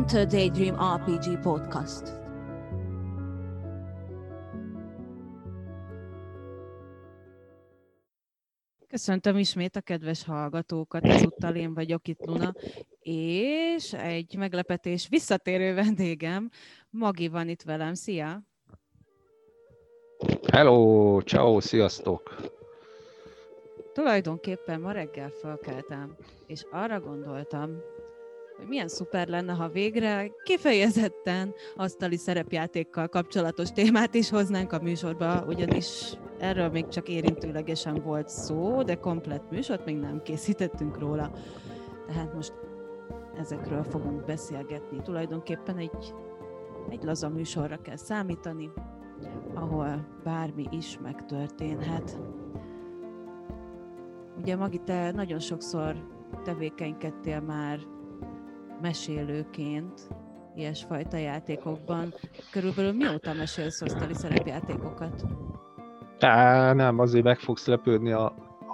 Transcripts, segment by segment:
Enter Daydream RPG Podcast. Köszöntöm ismét a kedves hallgatókat, ezúttal én vagyok itt Luna, és egy meglepetés visszatérő vendégem, Magi van itt velem, szia! Hello, ciao, sziasztok! Tulajdonképpen ma reggel felkeltem, és arra gondoltam, hogy milyen szuper lenne, ha végre kifejezetten asztali szerepjátékkal kapcsolatos témát is hoznánk a műsorba, ugyanis erről még csak érintőlegesen volt szó, de komplett műsort még nem készítettünk róla. Tehát most ezekről fogunk beszélgetni. Tulajdonképpen egy laza műsorra kell számítani, ahol bármi is megtörténhet. Ugye Magi, te nagyon sokszor tevékenykedtél már mesélőként ilyesfajta játékokban. Körülbelül mióta mesélsz asztali szerepjátékokat? Nem, azért meg fogsz lepődni a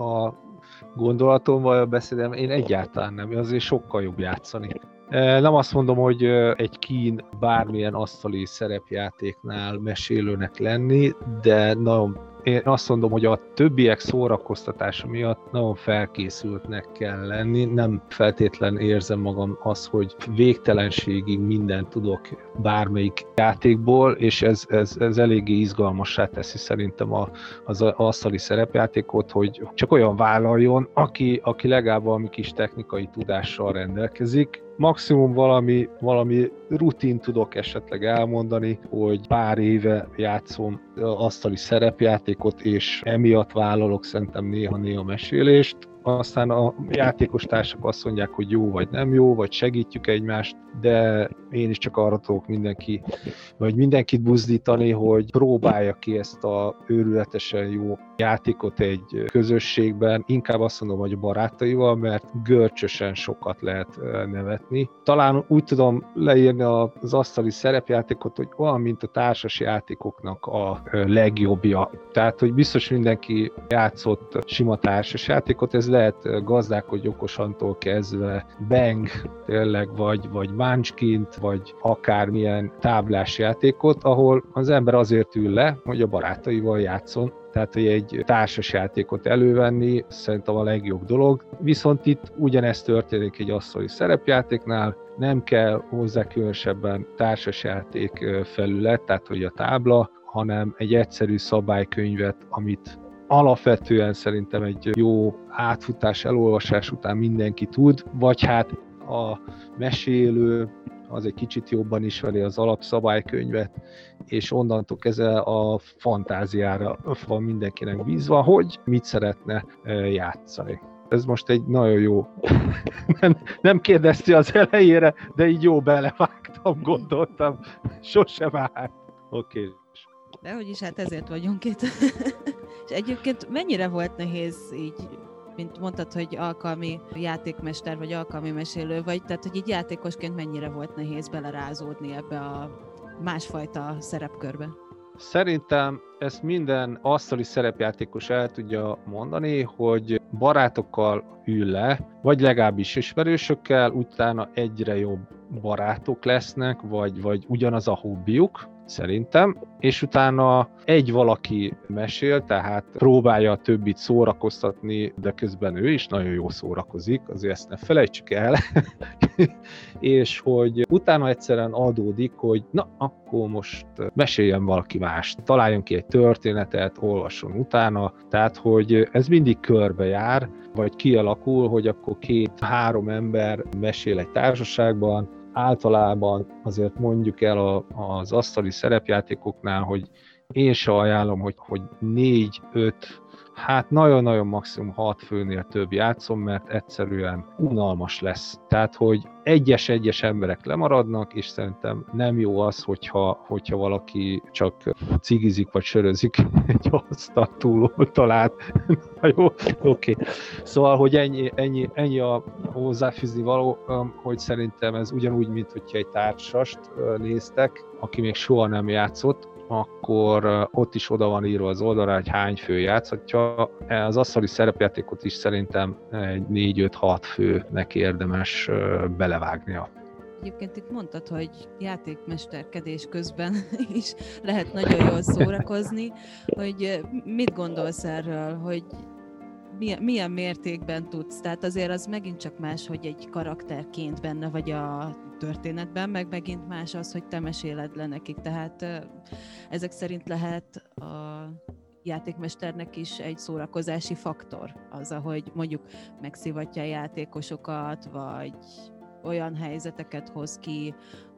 gondolatommal, a beszédem. Én egyáltalán nem, azért sokkal jobb játszani. Nem azt mondom, hogy egy kín bármilyen asztali szerepjátéknál mesélőnek lenni, de én azt mondom, hogy a többiek szórakoztatása miatt nagyon felkészültnek kell lenni. Nem feltétlen érzem magam az, hogy végtelenségig mindent tudok bármelyik játékból, és ez eléggé izgalmassá teszi szerintem az asztali szerepjátékot, hogy csak olyan vállaljon, aki legalább valami kis technikai tudással rendelkezik. Maximum valami rutin tudok esetleg elmondani, hogy pár éve játszom asztali szerepjátékot, és emiatt vállalok szerintem néha-néha mesélést. Aztán a játékos társak azt mondják, hogy jó vagy nem jó, vagy segítjük egymást, de én is csak arra tudok mindenkit buzdítani, hogy próbálja ki ezt a őrületesen jó játékot egy közösségben, inkább azt mondom, hogy a barátaival, mert görcsösen sokat lehet nevetni. Talán úgy tudom leírni az asztali szerepjátékot, hogy olyan, mint a társas játékoknak a legjobbja. Tehát, hogy biztos mindenki játszott sima társas játékot, ez lehet gazdálkodj okosantól kezdve Bang tényleg, vagy Munchkint, vagy akármilyen táblás játékot, ahol az ember azért ül le, hogy a barátaival játszon. Tehát, hogy egy társas játékot elővenni szerintem a legjobb dolog. Viszont itt ugyanezt történik egy asztali szerepjátéknál, nem kell hozzá különösebben társasjáték felület, tehát hogy a tábla, hanem egy egyszerű szabálykönyvet, amit alapvetően szerintem egy jó átfutás, elolvasás után mindenki tud, vagy hát a mesélő az egy kicsit jobban ismeri az alapszabálykönyvet, és onnantól kezdve a fantáziára van mindenkinek bízva, hogy mit szeretne játszani. Ez most egy nagyon jó, nem kérdezte az elejére, de így jó belevágtam, gondoltam, sosem árt. Oké. Dehogy is, hát ezért vagyunk itt. És egyébként mennyire volt nehéz így, mint mondtad, hogy alkalmi játékmester, vagy alkalmi mesélő vagy, tehát hogy így játékosként mennyire volt nehéz belerázódni ebbe a másfajta szerepkörbe? Szerintem ezt minden asztali szerepjátékos el tudja mondani, hogy barátokkal ül le, vagy legalábbis ismerősökkel, utána egyre jobb barátok lesznek, vagy ugyanaz a hobbiuk, szerintem, és utána egy valaki mesél, tehát próbálja a többit szórakoztatni, de közben ő is nagyon jól szórakozik, azért ezt ne felejtsük el, és hogy utána egyszerűen adódik, hogy na, akkor most meséljen valaki mást, találjon ki egy történetet, olvasson utána, tehát hogy ez mindig körbe jár, vagy kialakul, hogy akkor 2-3 ember mesél egy társaságban. Általában azért mondjuk el az asztali szerepjátékoknál, hogy én se ajánlom, hogy 4-5, hát nagyon-nagyon maximum 6 főnél több játszom, mert egyszerűen unalmas lesz. Tehát, hogy egyes emberek lemaradnak, és szerintem nem jó az, hogyha valaki csak cigizik vagy sörözik egy asztal túloldalát. Na jó, oké. Szóval, hogy ennyi a hozzáfűzni való, hogy szerintem ez ugyanúgy, mint hogyha egy társast néztek, aki még soha nem játszott, akkor ott is oda van írva az oldalra, hogy hány fő játszhatja. Az asztali szerepjátékot is szerintem egy 4-5-6 főnek érdemes belevágnia. Egyébként itt mondtad, hogy játékmesterkedés közben is lehet nagyon jól szórakozni, hogy mit gondolsz erről, hogy milyen mértékben tudsz? Tehát azért az megint csak más, hogy egy karakterként benne vagy a történetben, meg megint más az, hogy te meséled le nekik. Tehát ezek szerint lehet a játékmesternek is egy szórakozási faktor. Az, ahogy mondjuk megszivatja a játékosokat, vagy olyan helyzeteket hoz ki,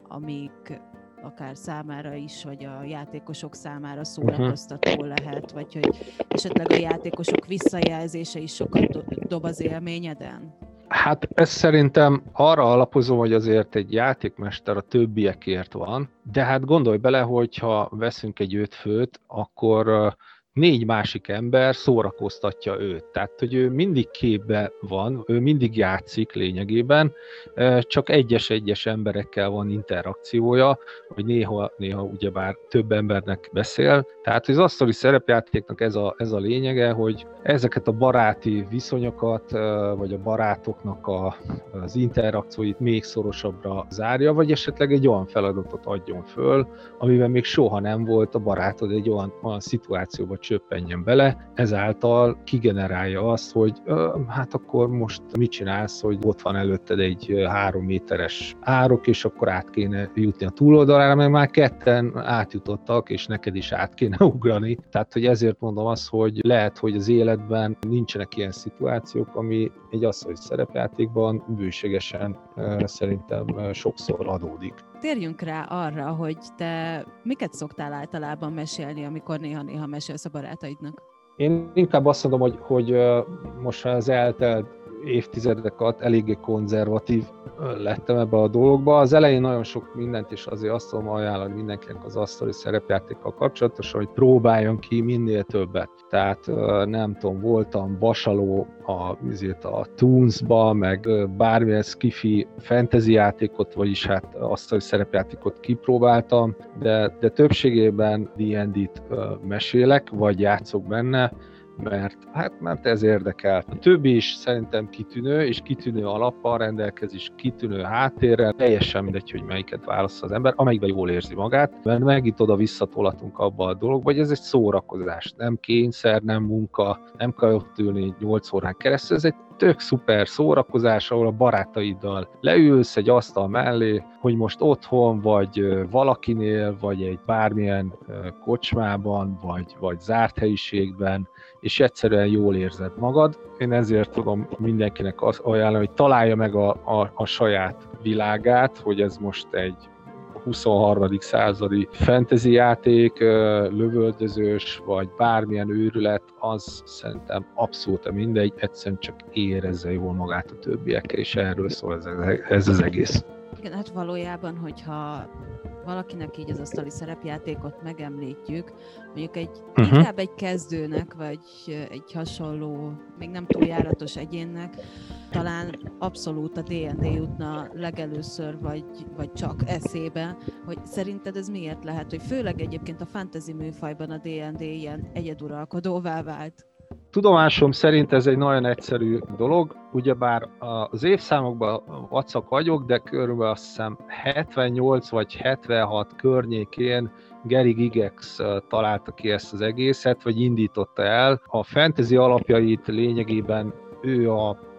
amik akár számára is, vagy a játékosok számára szórakoztató lehet, vagy hogy esetleg a játékosok visszajelzése is sokat dob az élményeden? Hát ez szerintem arra alapozom, hogy azért egy játékmester a többiekért van, de hát gondolj bele, hogyha veszünk egy 5 főt, akkor 4 másik ember szórakoztatja őt. Tehát, hogy ő mindig képben van, ő mindig játszik lényegében, csak egyes emberekkel van interakciója, vagy néha ugyebár több embernek beszél. Tehát az asztali szerepjátéknak ez a lényege, hogy ezeket a baráti viszonyokat, vagy a barátoknak az interakcióit még szorosabbra zárja, vagy esetleg egy olyan feladatot adjon föl, amiben még soha nem volt a barátod egy olyan szituációba csöppenjen bele, ezáltal kigenerálja azt, hogy hát akkor most mit csinálsz, hogy ott van előtted egy 3 méteres árok, és akkor át kéne jutni a túloldalára, mert már ketten átjutottak, és neked is át kéne ugrani. Tehát, hogy ezért mondom azt, hogy lehet, hogy az életben nincsenek ilyen szituációk, ami egy asztali szerepjátékban bőségesen szerintem sokszor adódik. Térjünk rá arra, hogy te miket szoktál általában mesélni, amikor néha mesélsz a barátaidnak? Én inkább azt mondom, hogy most az eltelt évtizedek alatt eléggé konzervatív lettem ebbe a dologba. Az elején nagyon sok mindent, és azért azt tudom ajánlani mindenkinek az asztali szerepjátékkal kapcsolatos, hogy próbáljon ki minél többet. Tehát nem tudom, voltam vasaló a Toons-ba, meg bármilyen skifi fantasy játékot, vagyis hát asztali szerepjátékot kipróbáltam, de többségében D&D-t mesélek, vagy játszok benne, mert ez érdekel. A többi is szerintem kitűnő, és kitűnő alappal rendelkezik, és kitűnő háttérrel, teljesen mindegy, hogy melyiket választ az ember, amelyikben jól érzi magát, mert megint oda visszatolatunk abba a dologba, hogy ez egy szórakozás, nem kényszer, nem munka, nem kell ott ülni 8 órán keresztül, ez egy tök szuper szórakozás, ahol a barátaiddal leülsz egy asztal mellé, hogy most otthon, vagy valakinél, vagy egy bármilyen kocsmában, vagy zárt helyiségben, és egyszerűen jól érzed magad. Én ezért tudom mindenkinek azt ajánlani, hogy találja meg a saját világát, hogy ez most egy 23. századi fantasy játék, lövöldözős, vagy bármilyen őrület, az szerintem abszolút mindegy, egyszerűen csak érezze jól magát a többiekkel, és erről szól ez az egész. Igen, hát valójában, hogyha valakinek így az asztali szerepjátékot megemlítjük, mondjuk inkább egy kezdőnek, vagy egy hasonló, még nem túl járatos egyénnek, talán abszolút a D&D jutna legelőször, vagy csak eszébe, hogy szerinted ez miért lehet, hogy főleg egyébként a fantasy műfajban a D&D ilyen egyeduralkodóvá vált? Tudomásom szerint ez egy nagyon egyszerű dolog, ugyebár az évszámokban vacak vagyok, de körülbelül azt hiszem 78 vagy 76 környékén Gary Gygax találta ki ezt az egészet, vagy indította el. A fantasy alapjait lényegében ő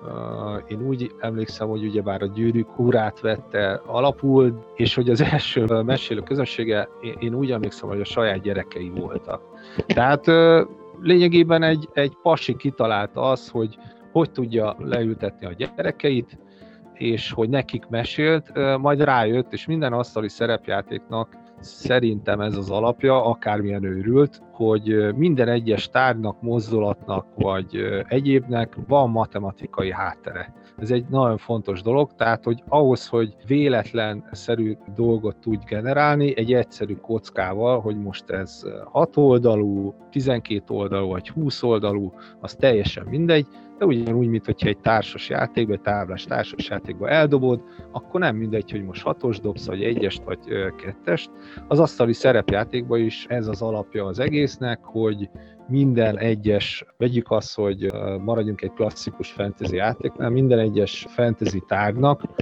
én úgy emlékszem, hogy ugyebár a Gyűrűk urát vette alapul, és hogy az első mesélő közönsége, én úgy emlékszem, hogy a saját gyerekei voltak. Tehát lényegében egy pasi kitalálta azt, hogy tudja leültetni a gyerekeit, és hogy nekik mesélt, majd rájött, és minden asztali szerepjátéknak szerintem ez az alapja, akármilyen őrült, hogy minden egyes tárgynak, mozdulatnak vagy egyébnek van matematikai háttere. Ez egy nagyon fontos dolog, tehát hogy ahhoz, hogy véletlenszerű dolgot tudj generálni, egy egyszerű kockával, hogy most ez 6 oldalú, 12 oldalú vagy 20 oldalú, az teljesen mindegy, de ugyanúgy, mint hogyha egy társas játékba, egy táblás társas játékba eldobod, akkor nem mindegy, hogy most 6-os dobsz, vagy 1-est, vagy 2-est. Az asztali szerepjátékban is ez az alapja az egésznek, hogy minden egyes, vegyük azt, hogy maradjunk egy klasszikus fantasy játéknál, minden egyes fantasy tárgynak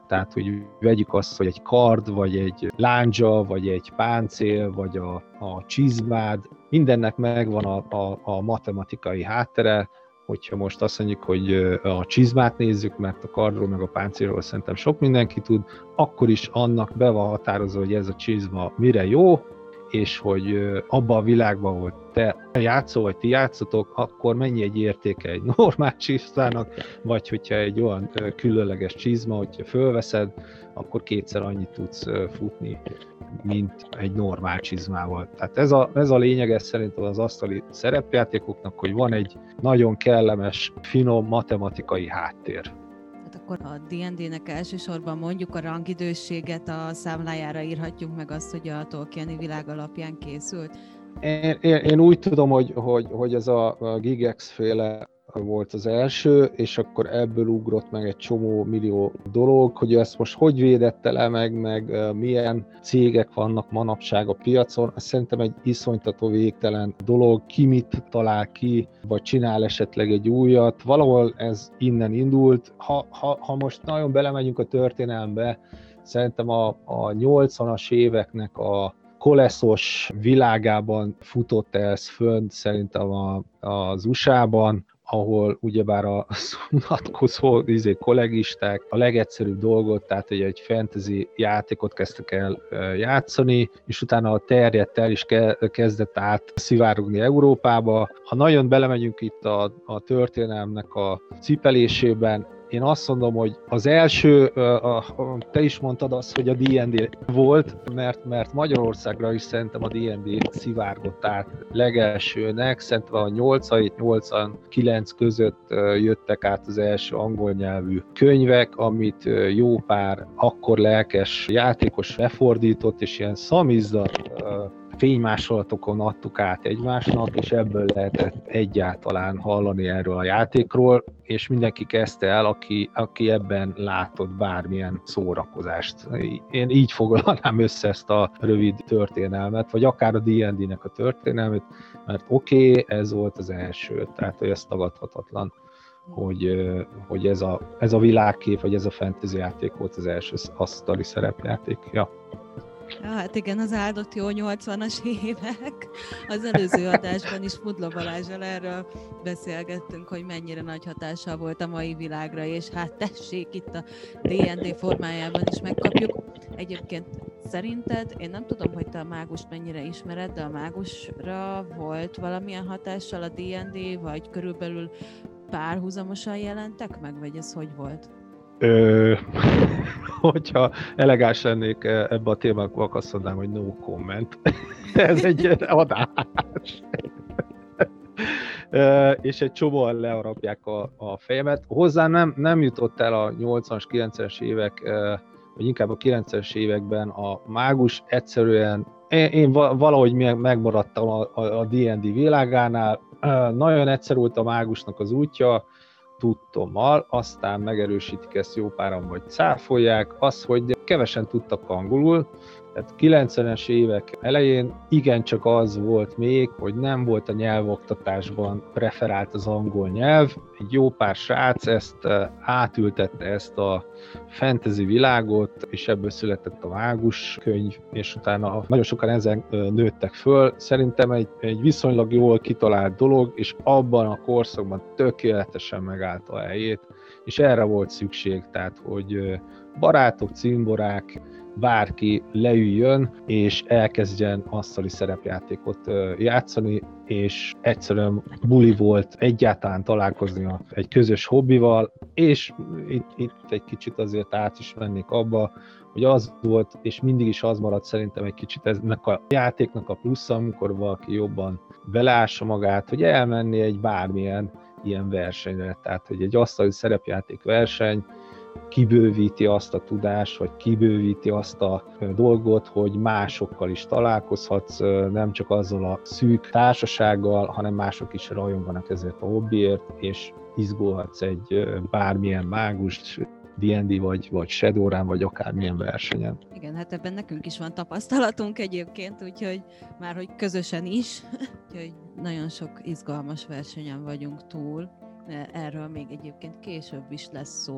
Tehát, hogy vegyük azt, hogy egy kard, vagy egy lándzsa, vagy egy páncél, vagy a csizmád, mindennek megvan a matematikai háttere. Hogyha most azt mondjuk, hogy a csizmát nézzük, mert a kardról meg a páncélról szerintem sok mindenki tud, akkor is annak be van határozva, hogy ez a csizma mire jó, és hogy abban a világban, ahol te játszol, vagy ti játszotok, akkor mennyi egy értéke egy normál csizmának, vagy hogyha egy olyan különleges csizma, hogyha fölveszed, akkor kétszer annyit tudsz futni, mint egy normál csizmával. Tehát ez a lényeg, ez szerintem az asztali szerepjátékoknak, hogy van egy nagyon kellemes, finom matematikai háttér. Akkor a D&D-nek elsősorban mondjuk a rangidősséget a számlájára írhatjuk meg azt, hogy a Tolkieni világ alapján készült. Én úgy tudom, hogy ez a Gigex féle volt az első, és akkor ebből ugrott meg egy csomó millió dolog, hogy ezt most hogy védette le meg milyen cégek vannak manapság a piacon. Ez szerintem egy iszonytató végtelen dolog, ki mit talál ki, vagy csinál esetleg egy újat. Valahol ez innen indult. Ha most nagyon belemegyünk a történelembe, szerintem a 80-as éveknek a koleszos világában futott ez fönt szerintem az USA-ban, ahol ugyebár a unatkozó kollegisták a legegyszerűbb dolgot, tehát hogy egy fantasy játékot kezdtek el játszani, és utána terjedt el és kezdett át szivárogni Európába. Ha nagyon belemegyünk itt a történelemnek a cipelésében, én azt mondom, hogy az első, te is mondtad azt, hogy a D&D volt, mert Magyarországra is szerintem a D&D szivárgott át legelsőnek, szerintem a 87-89 között jöttek át az első angol nyelvű könyvek, amit jó pár akkor lelkes játékos lefordított, és ilyen szamizdat fénymásolatokon adtuk át egymásnak, és ebből lehetett egyáltalán hallani erről a játékról, és mindenki kezdte el, aki ebben látott bármilyen szórakozást. Én így foglalnám össze ezt a rövid történelmet, vagy akár a D&D-nek a történelmet, mert oké, ez volt az első, tehát hogy ez tagadhatatlan, hogy ez a világkép, vagy ez a fantasy játék volt az első asztali szerepjáték. Ja. Ja, hát igen, az áldott jó 80-as évek. Az előző adásban is Mudla Balázsral erről beszélgettünk, hogy mennyire nagy hatással volt a mai világra, és hát tessék, itt a D&D formájában is megkapjuk. Egyébként szerinted, én nem tudom, hogy te a mágust mennyire ismered, de a mágusra volt valamilyen hatással a D&D, vagy körülbelül párhuzamosan jelentek meg, vagy ez hogy volt? Hogyha elegáns lennék ebbe a témába, akkor azt mondanám, hogy no comment. Ez egy adás. És egy csomóan leharapják a fejemet. Hozzá nem jutott el a 80-as, 90-es évek, vagy inkább a 90-es években a mágus. Egyszerűen én valahogy megmaradtam a D&D világánál. Nagyon egyszerű volt a mágusnak az útja, tudtommal, aztán megerősítik ezt jó páran, vagy cáfolják, az, hogy kevesen tudtak angolul, tehát 90-es évek elején igencsak az volt még, hogy nem volt a nyelvoktatásban preferált az angol nyelv, egy jó pár srác ezt átültette ezt a fantasy világot, és ebből született a mágus könyv, és utána nagyon sokan ezen nőttek föl. Szerintem egy viszonylag jól kitalált dolog, és abban a korszakban tökéletesen megállt a helyét, és erre volt szükség, tehát hogy barátok, cimborák, bárki leüljön, és elkezdjen asztali szerepjátékot játszani, és egyszerűen buli volt egyáltalán találkozni egy közös hobbival, és itt egy kicsit azért át is mennék abba, hogy az volt, és mindig is az maradt szerintem egy kicsit ennek a játéknak a plusza, amikor valaki jobban beleássa magát, hogy elmenni egy bármilyen ilyen versenyre, tehát hogy egy asztali szerepjáték verseny kibővíti azt a tudást, vagy kibővíti azt a dolgot, hogy másokkal is találkozhatsz, nem csak azzal a szűk társasággal, hanem mások is rajonganak ezért a hobbiért, és izgulhatsz egy bármilyen mágust, D&D vagy Shadowrun, vagy akármilyen versenyen. Igen, hát ebben nekünk is van tapasztalatunk egyébként, úgyhogy már hogy közösen is, úgyhogy nagyon sok izgalmas versenyen vagyunk túl. Erről még egyébként később is lesz szó.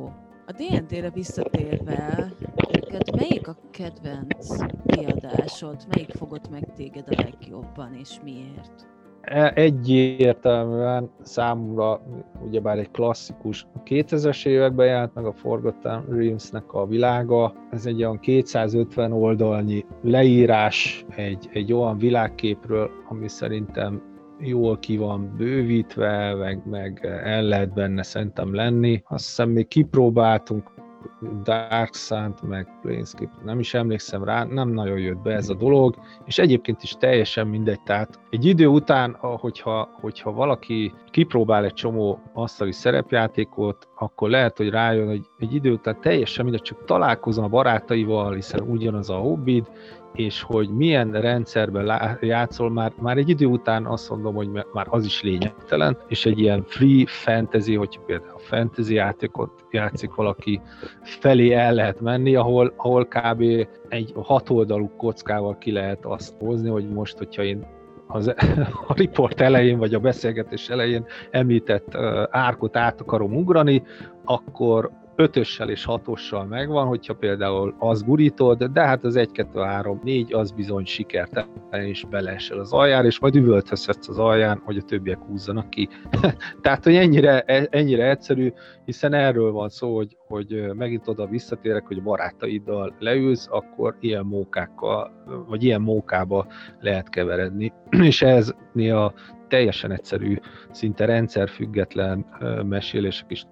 A D&D-re visszatérve, neked melyik a kedvenc kiadásod? Melyik fogott meg téged a legjobban, és miért? Egyértelműen számomra ugyebár egy klasszikus, a 2000-es években jelent meg a Forgotten Realms-nek a világa. Ez egy olyan 250 oldalnyi leírás egy olyan világképről, ami szerintem jól ki van bővítve, meg el lehet benne szerintem lenni. Azt hiszem még kipróbáltunk Dark Sun-t, meg Planescape, nem is emlékszem rá, nem nagyon jött be ez a dolog, és egyébként is teljesen mindegy, tehát egy idő után, hogyha valaki kipróbál egy csomó asztali szerepjátékot, akkor lehet, hogy rájön, hogy egy idő után teljesen mindegy, csak találkozom a barátaival, hiszen ugyanaz a hobbid, és hogy milyen rendszerben játszol, már egy idő után azt mondom, hogy már az is lényegtelen, és egy ilyen free fantasy, hogyha például a fantasy játékot játszik valaki, felé el lehet menni, ahol kb. Egy 6 oldalú kockával ki lehet azt hozni, hogy most, hogyha én a riport elején, vagy a beszélgetés elején említett árkot át akarom ugrani, akkor 5-össel és 6-ossal megvan, hogyha például az gurítod, de hát az 1, 2, 3, 4 az bizony sikertelen, és beleesel az aljára, és majd üvöltözhetsz az alján, hogy a többiek húzzanak ki. Tehát, hogy ennyire egyszerű, hiszen erről van szó, hogy megint oda visszatérek, hogy barátaiddal leülsz, akkor ilyen mókákkal, vagy ilyen mókába lehet keveredni. És ez néha teljesen egyszerű, szinte rendszerfüggetlen mesélések is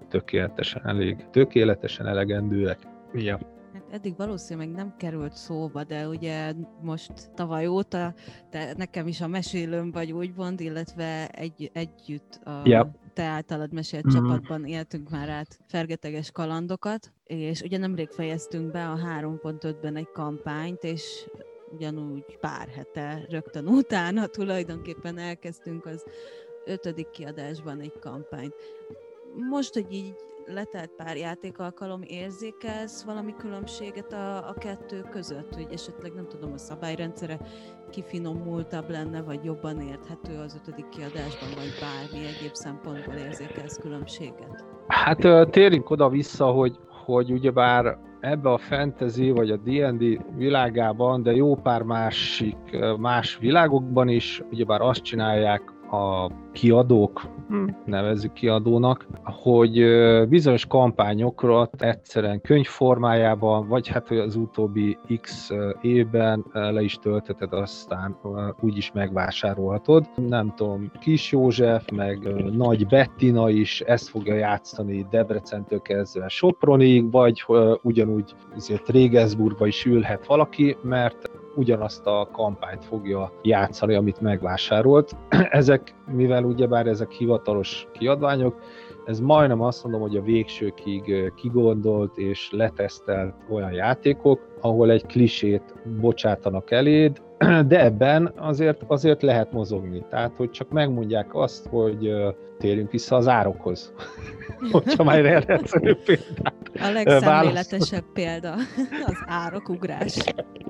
tökéletesen elegendőek. Ja. Hát eddig valószínűleg nem került szóba, de ugye most tavaly óta nekem is a mesélőm vagy úgymond, illetve együtt te általad mesélt csapatban éltünk már át fergeteges kalandokat, és ugye nemrég fejeztünk be a 3.5-ben egy kampányt, és ugyanúgy pár hete rögtön utána tulajdonképpen elkezdtünk az 5. kiadásban egy kampányt. Most, hogy így letelt pár játékalkalom, érzékelsz valami különbséget a kettő között? Hogy esetleg, nem tudom, a szabályrendszere kifinomultabb lenne, vagy jobban érthető az 5. kiadásban, vagy bármi egyéb szempontból érzékelsz különbséget? Hát térjünk oda-vissza, hogy ugyebár ebbe a fantasy vagy a D&D világában, de jó pár más világokban is ugyebár azt csinálják a kiadók, nevezzük kiadónak, hogy bizonyos kampányokra egyszerűen könyv formájában, vagy hát hogy az utóbbi X évben le is tölteted, aztán úgyis megvásárolhatod. Nem tudom, Kis József, meg Nagy Bettina is ezt fogja játszani Debrecentől kezdve Sopronig, vagy ugyanúgy Regensburgba is ülhet valaki, mert ugyanazt a kampányt fogja játszani, amit megvásárolt. Ezek, mivel ugyebár ezek hivatalos kiadványok, ez majdnem azt mondom, hogy a végsőkig kigondolt és letesztelt olyan játékok, ahol egy klisét bocsátanak eléd, de ebben azért lehet mozogni. Tehát, hogy csak megmondják azt, hogy térjünk vissza az árokhoz. Hogyha már egy egyszerű példát a legszemléletesebb példa az árokugrás.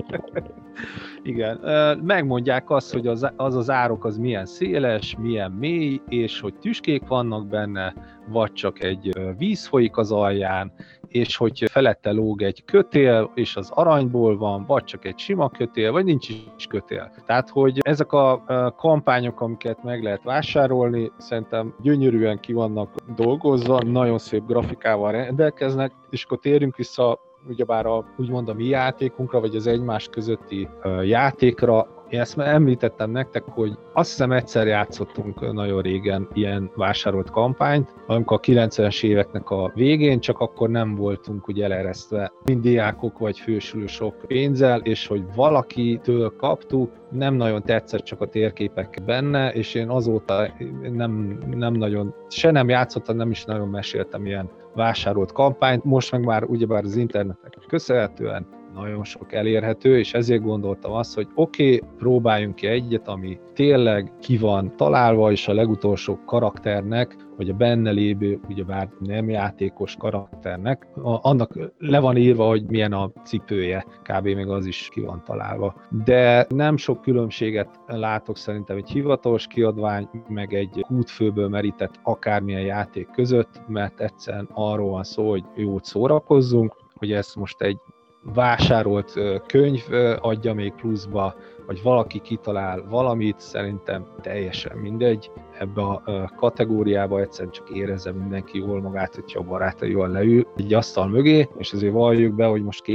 Igen, megmondják azt, hogy az árok az milyen széles, milyen mély, és hogy tüskék vannak benne, vagy csak egy víz folyik az alján, és hogy felette lóg egy kötél, és az aranyból van, vagy csak egy sima kötél, vagy nincs is kötél. Tehát, hogy ezek a kampányok, amiket meg lehet vásárolni, szerintem gyönyörűen ki vannak dolgozva, nagyon szép grafikával rendelkeznek, és akkor térjünk vissza ugyebár úgymond a mi játékunkra, vagy az egymás közötti játékra. Én ezt már említettem nektek, hogy azt hiszem egyszer játszottunk nagyon régen ilyen vásárolt kampányt, amikor a 90-es éveknek a végén, csak akkor nem voltunk ugye eleresztve mind diákok vagy fősülő sok pénzzel, és hogy valakitől kaptuk, nem nagyon tetszett csak a térképek benne, és én azóta nem nagyon, se nem játszottam, nem is nagyon meséltem ilyen vásárolt kampányt, most meg már ugyebár az internetnek köszönhetően nagyon sok elérhető, és ezért gondoltam azt, hogy oké, próbáljunk ki egyet, ami tényleg ki van találva, és a legutolsó karakternek, vagy a benne lévő, ugyebár nem játékos karakternek, annak le van írva, hogy milyen a cipője, kb. Még az is ki van találva. De nem sok különbséget látok szerintem egy hivatalos kiadvány, meg egy kútfőből merített akármilyen játék között, mert egyszerűen arról van szó, hogy jót szórakozzunk, hogy ezt most egy vásárolt könyv adja még pluszba, vagy valaki kitalál valamit, szerintem teljesen mindegy. Ebbe a kategóriába egyszerűen csak érezze mindenki jól magát, hogyha a barátaival leül egy asztal mögé, és azért valljuk be, hogy most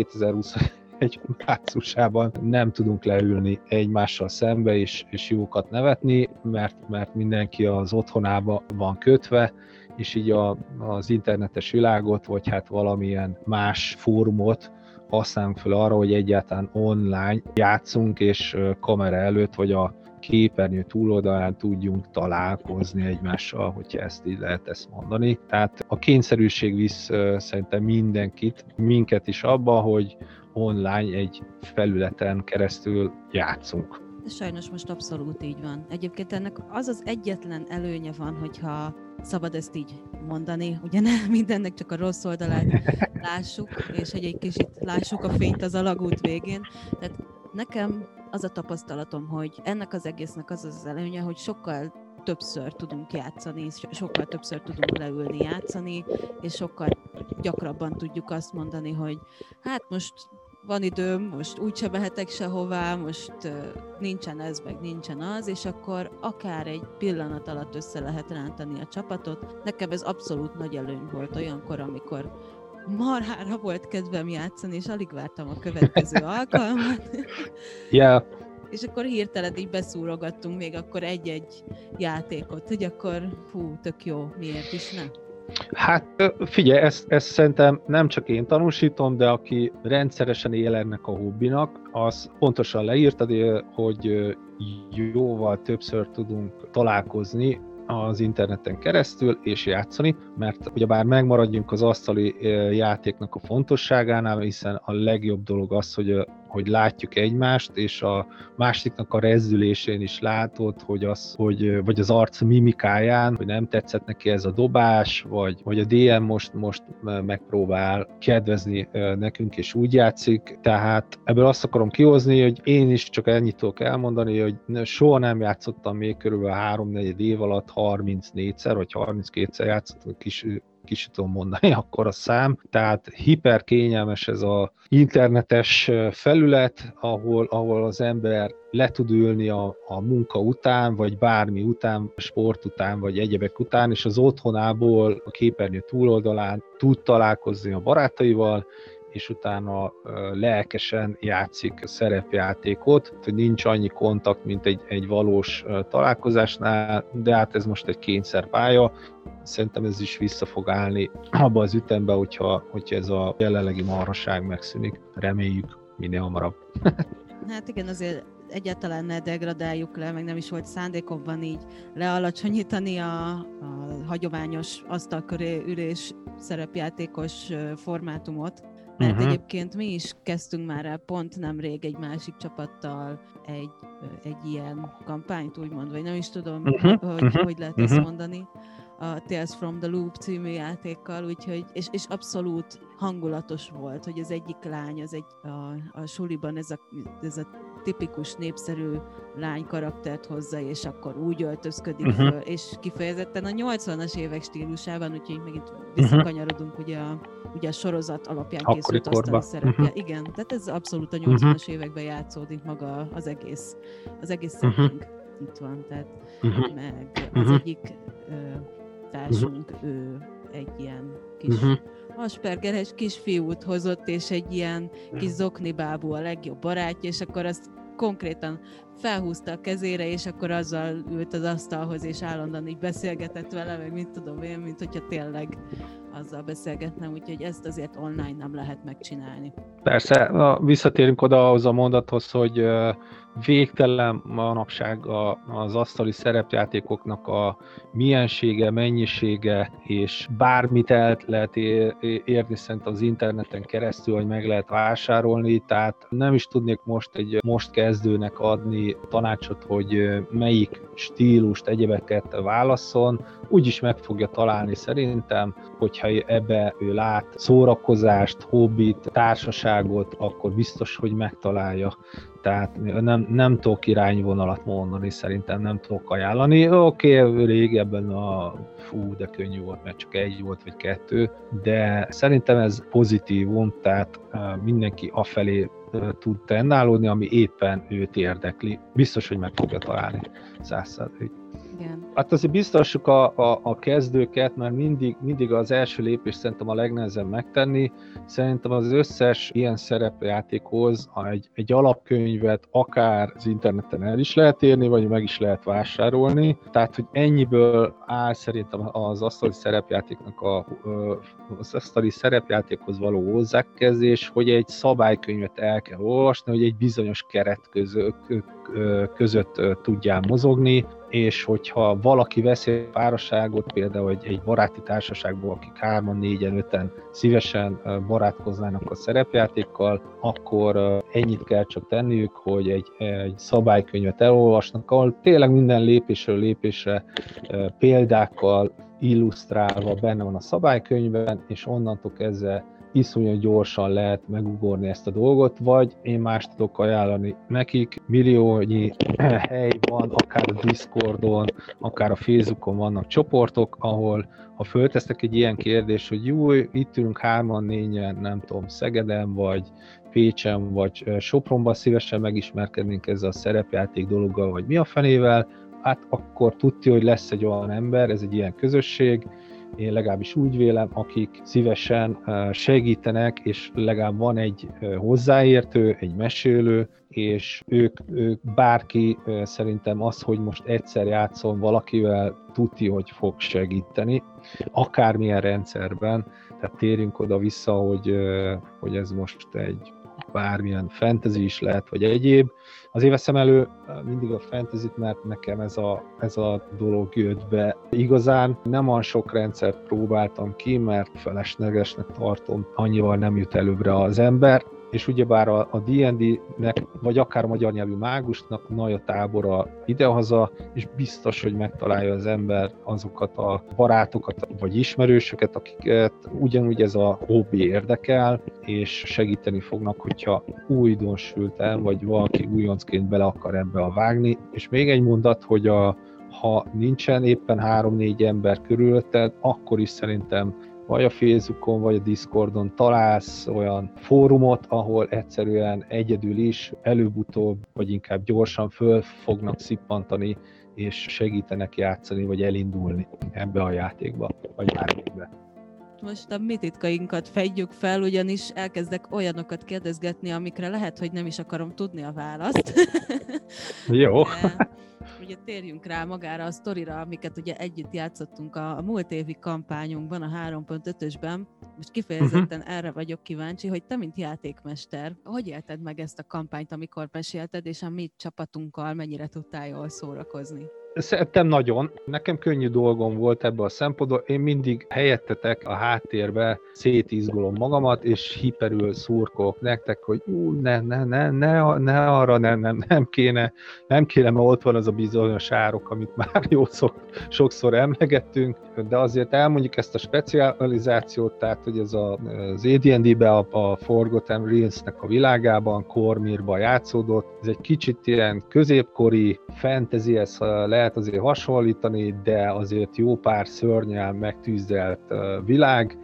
2021 márciusában nem tudunk leülni egymással szembe és jókat nevetni, mert mindenki az otthonába van kötve, és így az internetes világot, vagy hát valamilyen más fórumot használunk fel arra, hogy egyáltalán online játszunk, és kamera előtt, vagy a képernyő túloldalán tudjunk találkozni egymással, hogyha ezt így lehet ezt mondani. Tehát a kényszerűség visz szerintem mindenkit, minket is abba, hogy online egy felületen keresztül játszunk. Sajnos most abszolút így van. Egyébként ennek az egyetlen előnye van, hogyha szabad ezt így mondani, ugye nem mindennek csak a rossz oldalát lássuk, és hogy egy kicsit lássuk a fényt az alagút végén. Tehát nekem az a tapasztalatom, hogy ennek az egésznek az előnye, hogy sokkal többször tudunk játszani, sokkal többször tudunk leülni játszani, és sokkal gyakrabban tudjuk azt mondani, hogy hát most van időm, most úgyse mehetek sehová, most nincsen ez, meg nincsen az, és akkor akár egy pillanat alatt össze lehet rántani a csapatot. Nekem ez abszolút nagy előny volt olyankor, amikor marhára volt kedvem játszani, és alig vártam a következő alkalmat. Yeah. És akkor hirtelen így beszúrogattunk még akkor egy-egy játékot, hogy akkor tök jó, miért is ne? Hát figyelj, ezt szerintem nem csak én tanúsítom, de aki rendszeresen él ennek a hobbinak, az pontosan leírtad, hogy jóval többször tudunk találkozni az interneten keresztül és játszani, mert ugyebár megmaradjunk az asztali játéknak a fontosságánál, hiszen a legjobb dolog az, hogy látjuk egymást, és a másiknak a rezdülésén is látod, vagy az arc mimikáján, hogy nem tetszett neki ez a dobás, vagy a DM most megpróbál kedvezni nekünk, és úgy játszik. Tehát ebből azt akarom kihozni, hogy én is csak ennyit tudok elmondani, hogy soha nem játszottam még körülbelül 3-4 év alatt 34-szer, vagy 32-szer játszottam, ki tudom mondani akkor a szám. Tehát hiper kényelmes ez az internetes felület, ahol az ember le tud ülni a munka után, vagy bármi után, sport után, vagy egyebek után, és az otthonából a képernyő túloldalán tud találkozni a barátaival, és utána lelkesen játszik szerepjátékot, hogy nincs annyi kontakt, mint egy valós találkozásnál, de hát ez most egy kényszerpálya. Szerintem ez is vissza fog állni abba az ütembe, hogyha ez a jelenlegi marhaság megszűnik. Reméljük minél hamarabb. Hát igen, azért egyáltalán ne degradáljuk le, meg nem is volt szándékomban így lealacsonyítani a hagyományos asztalköré ülés szerepjátékos formátumot. Mert egyébként mi is kezdtünk már el pont nemrég egy másik csapattal egy ilyen kampányt, úgymond, vagy nem is tudom, hogy lehet ezt mondani, a Tales from the Loop című játékkal, úgyhogy, és abszolút hangulatos volt, hogy az egyik lány, a suliban ez a tipikus népszerű lány karaktert hozza, és akkor úgy öltözködik föl, és kifejezetten a 80-as évek stílusában, úgyhogy megint visszakanyarodunk ugye a sorozat alapján készült asztali szerepje. Igen, tehát ez abszolút a 80-as években játszódik maga az egész setting itt van, tehát meg az egyik társunk, ő egy ilyen kis aspergeres kisfiút hozott, és egy ilyen kis zoknibábú a legjobb barátja, és akkor azt konkrétan felhúzta a kezére, és akkor azzal ült az asztalhoz, és állandóan így beszélgetett vele, meg mit tudom én, mint hogyha tényleg azzal beszélgetnem, úgyhogy ezt azért online nem lehet megcsinálni. Persze, visszatérünk oda ahhoz a mondathoz, hogy végtelen manapság az asztali szerepjátékoknak a miensége, mennyisége, és bármit el lehet érni szerintem az interneten keresztül, hogy meg lehet vásárolni, tehát nem is tudnék most kezdőnek adni tanácsot, hogy melyik stílust, egyebeket válasszon, úgyis meg fogja találni szerintem, hogyha ebbe ő lát szórakozást, hobbit, társaságot, akkor biztos, hogy megtalálja. Tehát nem tudok irányvonalat mondani, szerintem nem tudok ajánlani. Oké, régebben de könnyű volt, mert csak egy volt, vagy kettő, de szerintem ez pozitívum, tehát mindenki afelé tud tendálódni, ami éppen őt érdekli. Biztos, hogy meg fogja találni 100%. Igen. Hát azért biztosuk a kezdőket, mert mindig az első lépés szerintem a legnehezebb megtenni. Szerintem az összes ilyen szerepjátékhoz egy alapkönyvet akár az interneten el is lehet érni, vagy meg is lehet vásárolni. Tehát, hogy ennyiből áll szerintem az asztali szerepjátéknak az asztali szerepjátékhoz való hozzákezdés, hogy egy szabálykönyvet el kell olvasni, hogy egy bizonyos keret között tudjál mozogni, és hogyha valaki veszi a párosságot, például egy baráti társaságból, akik 3-an, 4-en, 5-en szívesen barátkoznának a szerepjátékkal, akkor ennyit kell csak tenniük, hogy egy szabálykönyvet elolvasnak, ahol tényleg minden lépésről lépésre példákkal illusztrálva benne van a szabálykönyvben, és onnantól kezdve iszonyú gyorsan lehet megugorni ezt a dolgot, vagy én más tudok ajánlani nekik. Milliónyi hely van, akár a Discordon, akár a Facebookon vannak csoportok, ahol ha föltesztek egy ilyen kérdést, hogy jó, itt ülünk 3-an, 4-en, nem tudom, Szegeden, vagy Pécsen, vagy Sopronban, szívesen megismerkednénk ezzel a szerepjáték dologgal, vagy mi a fenével, hát akkor tudja, hogy lesz egy olyan ember, ez egy ilyen közösség, én legalábbis úgy vélem, akik szívesen segítenek, és legalább van egy hozzáértő, egy mesélő, és ők bárki szerintem az, hogy most egyszer játszom valakivel, tudja, hogy fog segíteni, akármilyen rendszerben, tehát térjünk oda-vissza, hogy ez most egy bármilyen fantasy is lehet, vagy egyéb. Azért veszem elő mindig a fantasyt, mert nekem ez a dolog jött be. Igazán nem olyan sok rendszert próbáltam ki, mert feleslegesnek tartom, annyival nem jut előbbre az ember, és ugyebár a D&D-nek, vagy akár a magyar nyelvű mágusnak nagy a tábora idehaza, és biztos, hogy megtalálja az ember azokat a barátokat, vagy ismerősöket, akiket ugyanúgy ez a hobbi érdekel, és segíteni fognak, hogyha újdonsülten, vagy valaki újoncként bele akar ebbe vágni. És még egy mondat, hogy ha nincsen éppen 3-4 ember körülötted, akkor is szerintem vagy a Facebookon, vagy a Discordon találsz olyan fórumot, ahol egyszerűen egyedül is előbb-utóbb, vagy inkább gyorsan föl fognak szippantani, és segítenek játszani, vagy elindulni ebbe a játékba, vagy bármibe. Most a mi titkainkat fedjük fel, ugyanis elkezdek olyanokat kérdezgetni, amikre lehet, hogy nem is akarom tudni a választ. Jó. De, ugye térjünk rá magára a sztorira, amiket ugye együtt játszottunk a múlt évi kampányunkban, a 3.5-ösben. Most kifejezetten erre vagyok kíváncsi, hogy te, mint játékmester, hogy élted meg ezt a kampányt, amikor mesélted, és a mi csapatunkkal mennyire tudtál jól szórakozni? Szerettem nagyon. Nekem könnyű dolgom volt ebbe a szempontból. Én mindig helyettetek a háttérbe szétizgolom magamat, és hiperül szurkolok nektek, hogy ne arra, nem kéne, mert ott van az a bizonyos árok, amit már sokszor emlegettünk, de azért elmondjuk ezt a specializációt, tehát hogy ez az AD&D-be a Forgotten Realms-nek a világában, Cormyrban játszódott. Ez egy kicsit ilyen középkori fantasyhez lehet azért hasonlítani, de azért jó pár szörnyel megtűzdelt világ.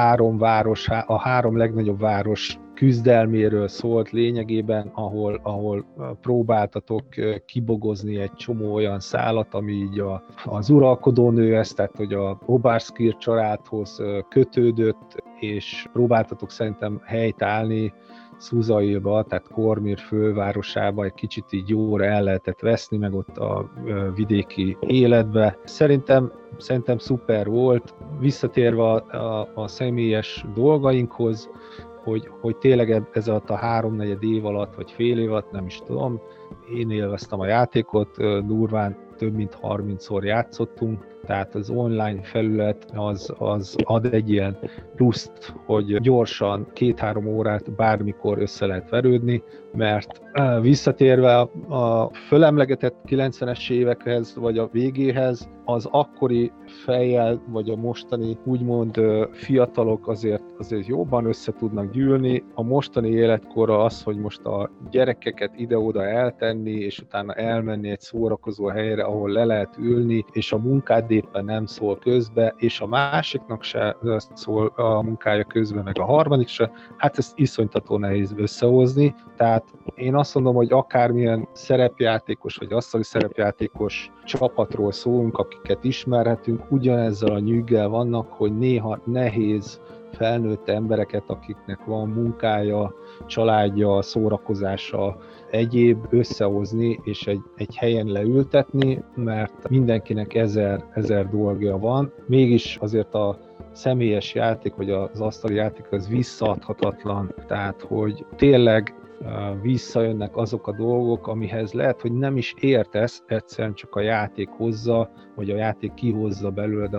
A 3 legnagyobb város küzdelméről szólt lényegében, ahol próbáltatok kibogozni egy csomó olyan szálat, ami így az uralkodónőhez, tehát hogy a Obarskir családhoz kötődött, és próbáltatok szerintem helytállni Szuzailba, tehát Cormyr fővárosába, egy kicsit így jóra el lehetett veszni, meg ott a vidéki életbe. Szerintem szuper volt. Visszatérve a személyes dolgainkhoz, hogy tényleg ez alatt a 3-4 év alatt, vagy fél év alatt, nem is tudom, én élveztem a játékot, durván több mint 30-szor játszottunk, tehát az online felület az ad egy ilyen pluszt, hogy gyorsan 2-3 órát bármikor össze lehet verődni, mert visszatérve a fölemlegetett 90-es évekhez, vagy a végéhez, az akkori fejjel, vagy a mostani úgymond fiatalok azért jobban össze tudnak gyűlni. A mostani életkorra az, hogy most a gyerekeket ide-oda eltenni, és utána elmenni egy szórakozó helyre, ahol le lehet ülni, és a munkád éppen nem szól közbe, és a másiknak se szól a munkája közben, meg a harmadik se, hát ezt iszonytató nehéz összehozni. Tehát én azt mondom, hogy akármilyen szerepjátékos, vagy asztali szerepjátékos csapatról szólunk, akiket ismerhetünk, ugyanezzel a nyűggel vannak, hogy néha nehéz felnőtt embereket, akiknek van munkája, családja, szórakozása, egyéb összehozni és egy helyen leültetni, mert mindenkinek ezer dolgja van. Mégis azért a személyes játék, vagy az asztali játék az visszaadhatatlan, tehát hogy tényleg visszajönnek azok a dolgok, amihez lehet, hogy nem is értesz, egyszerűen csak a játék hozza, vagy a játék kihozza belőled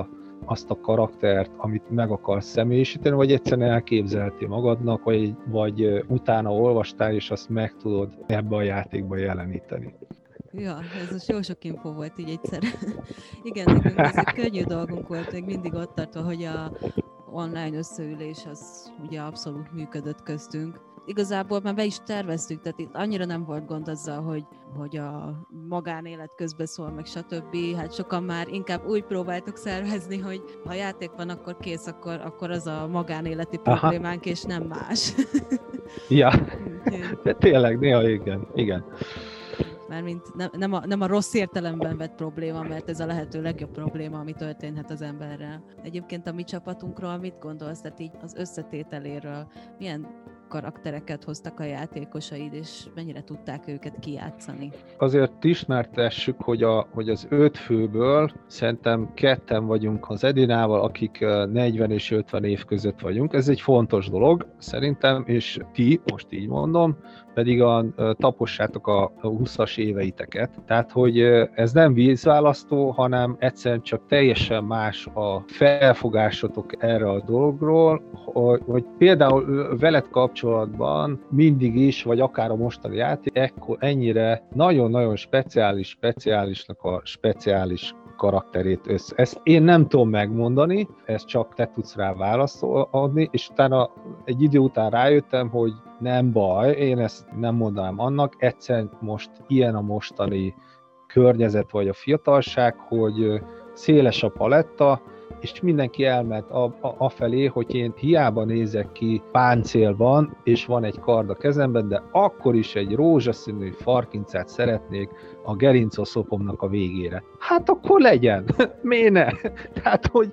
azt a karaktert, amit meg akarsz személyisíteni, vagy egyszerűen elképzeltél magadnak, vagy utána olvastál, és azt meg tudod ebbe a játékba jeleníteni. Ja, ez most jó sok info volt így egyszer. Igen, nekünk ez egy könnyű dolgunk volt, még mindig ott tartva, hogy a online összeülés az ugye abszolút működött köztünk. Igazából már be is terveztük, tehát itt annyira nem volt gond azzal, hogy a magánélet közbeszól, meg stb. Hát sokan már inkább úgy próbáltuk szervezni, hogy ha játék van, akkor kész, akkor az a magánéleti problémánk, és nem más. Ja, de tényleg, néha igen. Mármint nem a rossz értelemben vett probléma, mert ez a lehető legjobb probléma, ami történhet az emberrel. Egyébként a mi csapatunkról mit gondolsz, tehát így az összetételéről, milyen karaktereket hoztak a játékosaid, és mennyire tudták őket kijátszani? Azért ismertessük, hogy az 5 főből szerintem 2 vagyunk az Edinával, akik 40 és 50 év között vagyunk. Ez egy fontos dolog szerintem, és ti, most így mondom, pedig tapossátok a 20-as éveiteket. Tehát, hogy ez nem vízválasztó, hanem egyszerűen csak teljesen más a felfogásotok erre a dologról, hogy például veled kapcsolatban mindig is, vagy akár a mostani játék, ennyire nagyon-nagyon speciálisnak a speciális karakterét össze. Ezt én nem tudom megmondani, ezt csak te tudsz rá választ adni, és utána egy idő után rájöttem, hogy nem baj, én ezt nem mondanám annak, egyszerűen most ilyen a mostani környezet vagy a fiatalság, hogy széles a paletta, és mindenki elment afelé, hogy én hiába nézek ki páncélban, és van egy kard a kezemben, de akkor is egy rózsaszínű farkincát szeretnék a gerincoszlopomnak a végére. Hát akkor legyen! Miért ne? Tehát, hogy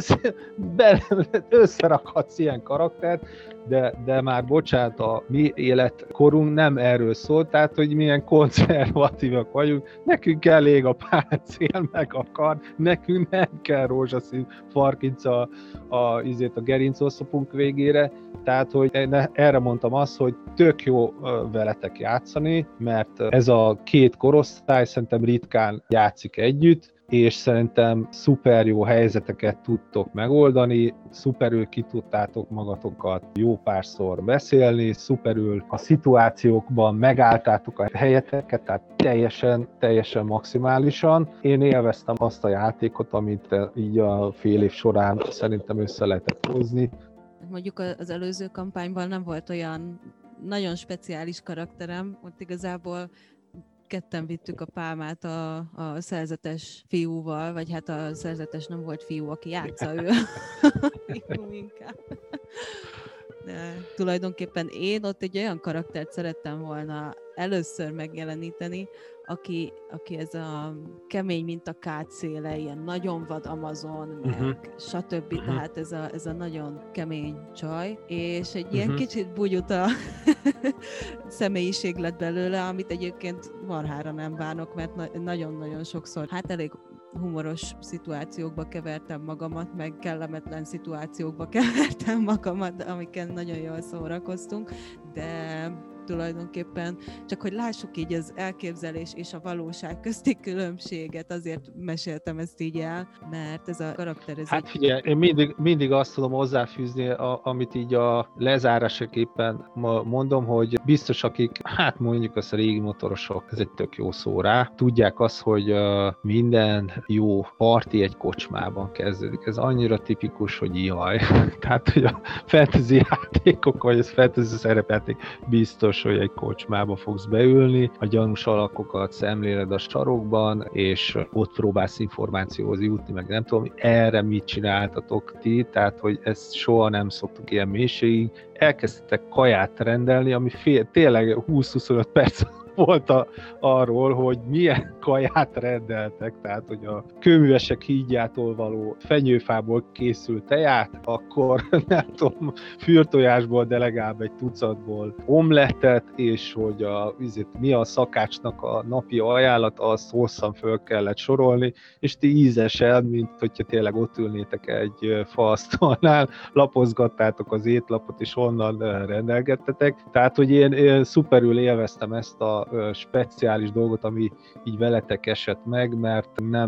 összerakhatsz ilyen karaktert, de már bocsánat, a mi életkorunk nem erről szól, tehát, hogy milyen konzervatívak vagyunk, nekünk elég a páncél meg a kard, nekünk nem kell rózsaszín farkinca a gerincoszlopunk végére, tehát, hogy erre mondtam azt, hogy tök jó veletek játszani, mert ez a 2 korosztály szerintem ritkán játszik együtt, és szerintem szuper jó helyzeteket tudtok megoldani, szuperül ki tudtátok magatokat jó párszor beszélni, szuperül a szituációkban megálltátok a helyeteket, tehát teljesen maximálisan. Én élveztem azt a játékot, amit így a fél év során szerintem össze lehetett hozni. Mondjuk az előző kampányban nem volt olyan nagyon speciális karakterem, ott igazából ketten vittük a pálmát a szerzetes fiúval, vagy hát a szerzetes nem volt fiú, aki játsza, ő fiú inkább. De tulajdonképpen én ott egy olyan karaktert szerettem volna először megjeleníteni, aki ez a kemény, mint a kátszéle, ilyen nagyon vad Amazon, meg stb. Tehát ez a nagyon kemény csaj, és egy ilyen kicsit bugyuta személyiség lett belőle, amit egyébként marhára nem bánok, mert nagyon-nagyon sokszor, hát elég humoros szituációkba kevertem magamat, meg kellemetlen szituációkba kevertem magamat, amiken nagyon jól szórakoztunk, de tulajdonképpen csak hogy lássuk így az elképzelés és a valóság közti különbséget, azért meséltem ezt így el, mert ez a karakterezés. Hát figyelj, én mindig azt tudom hozzáfűzni, amit így a lezárásaképpen mondom, hogy biztos akik, hát mondjuk azt a régi motorosok, ez egy tök jó szó rá, tudják azt, hogy minden jó parti egy kocsmában kezdődik. Ez annyira tipikus, hogy jaj. Tehát, hogy a fantasy játékok, vagy ez fantasy szerepjáték biztos, hogy egy kocsmába fogsz beülni, a gyanús alakokat szemléled a sarokban, és ott próbálsz információhoz jutni, meg nem tudom, erre mit csináltatok ti, tehát, hogy ezt soha nem szoktuk ilyen mélységig. Elkezdtek kaját rendelni, ami tényleg 20-25 perc volt arról, hogy milyen kaját rendeltek, tehát, hogy a kőművesek hídjától való fenyőfából készült teját, akkor nem tudom, fürtojásból, de legalább egy tucatból omlettet, és hogy mi a szakácsnak a napi ajánlata, azt hosszan föl kellett sorolni, és ti ízesen, mint hogyha tényleg ott ülnétek egy faasztalnál, lapozgattátok az étlapot, és onnan rendelgettetek. Tehát, hogy én szuperül élveztem ezt a speciális dolgot, ami így veletek esett meg, mert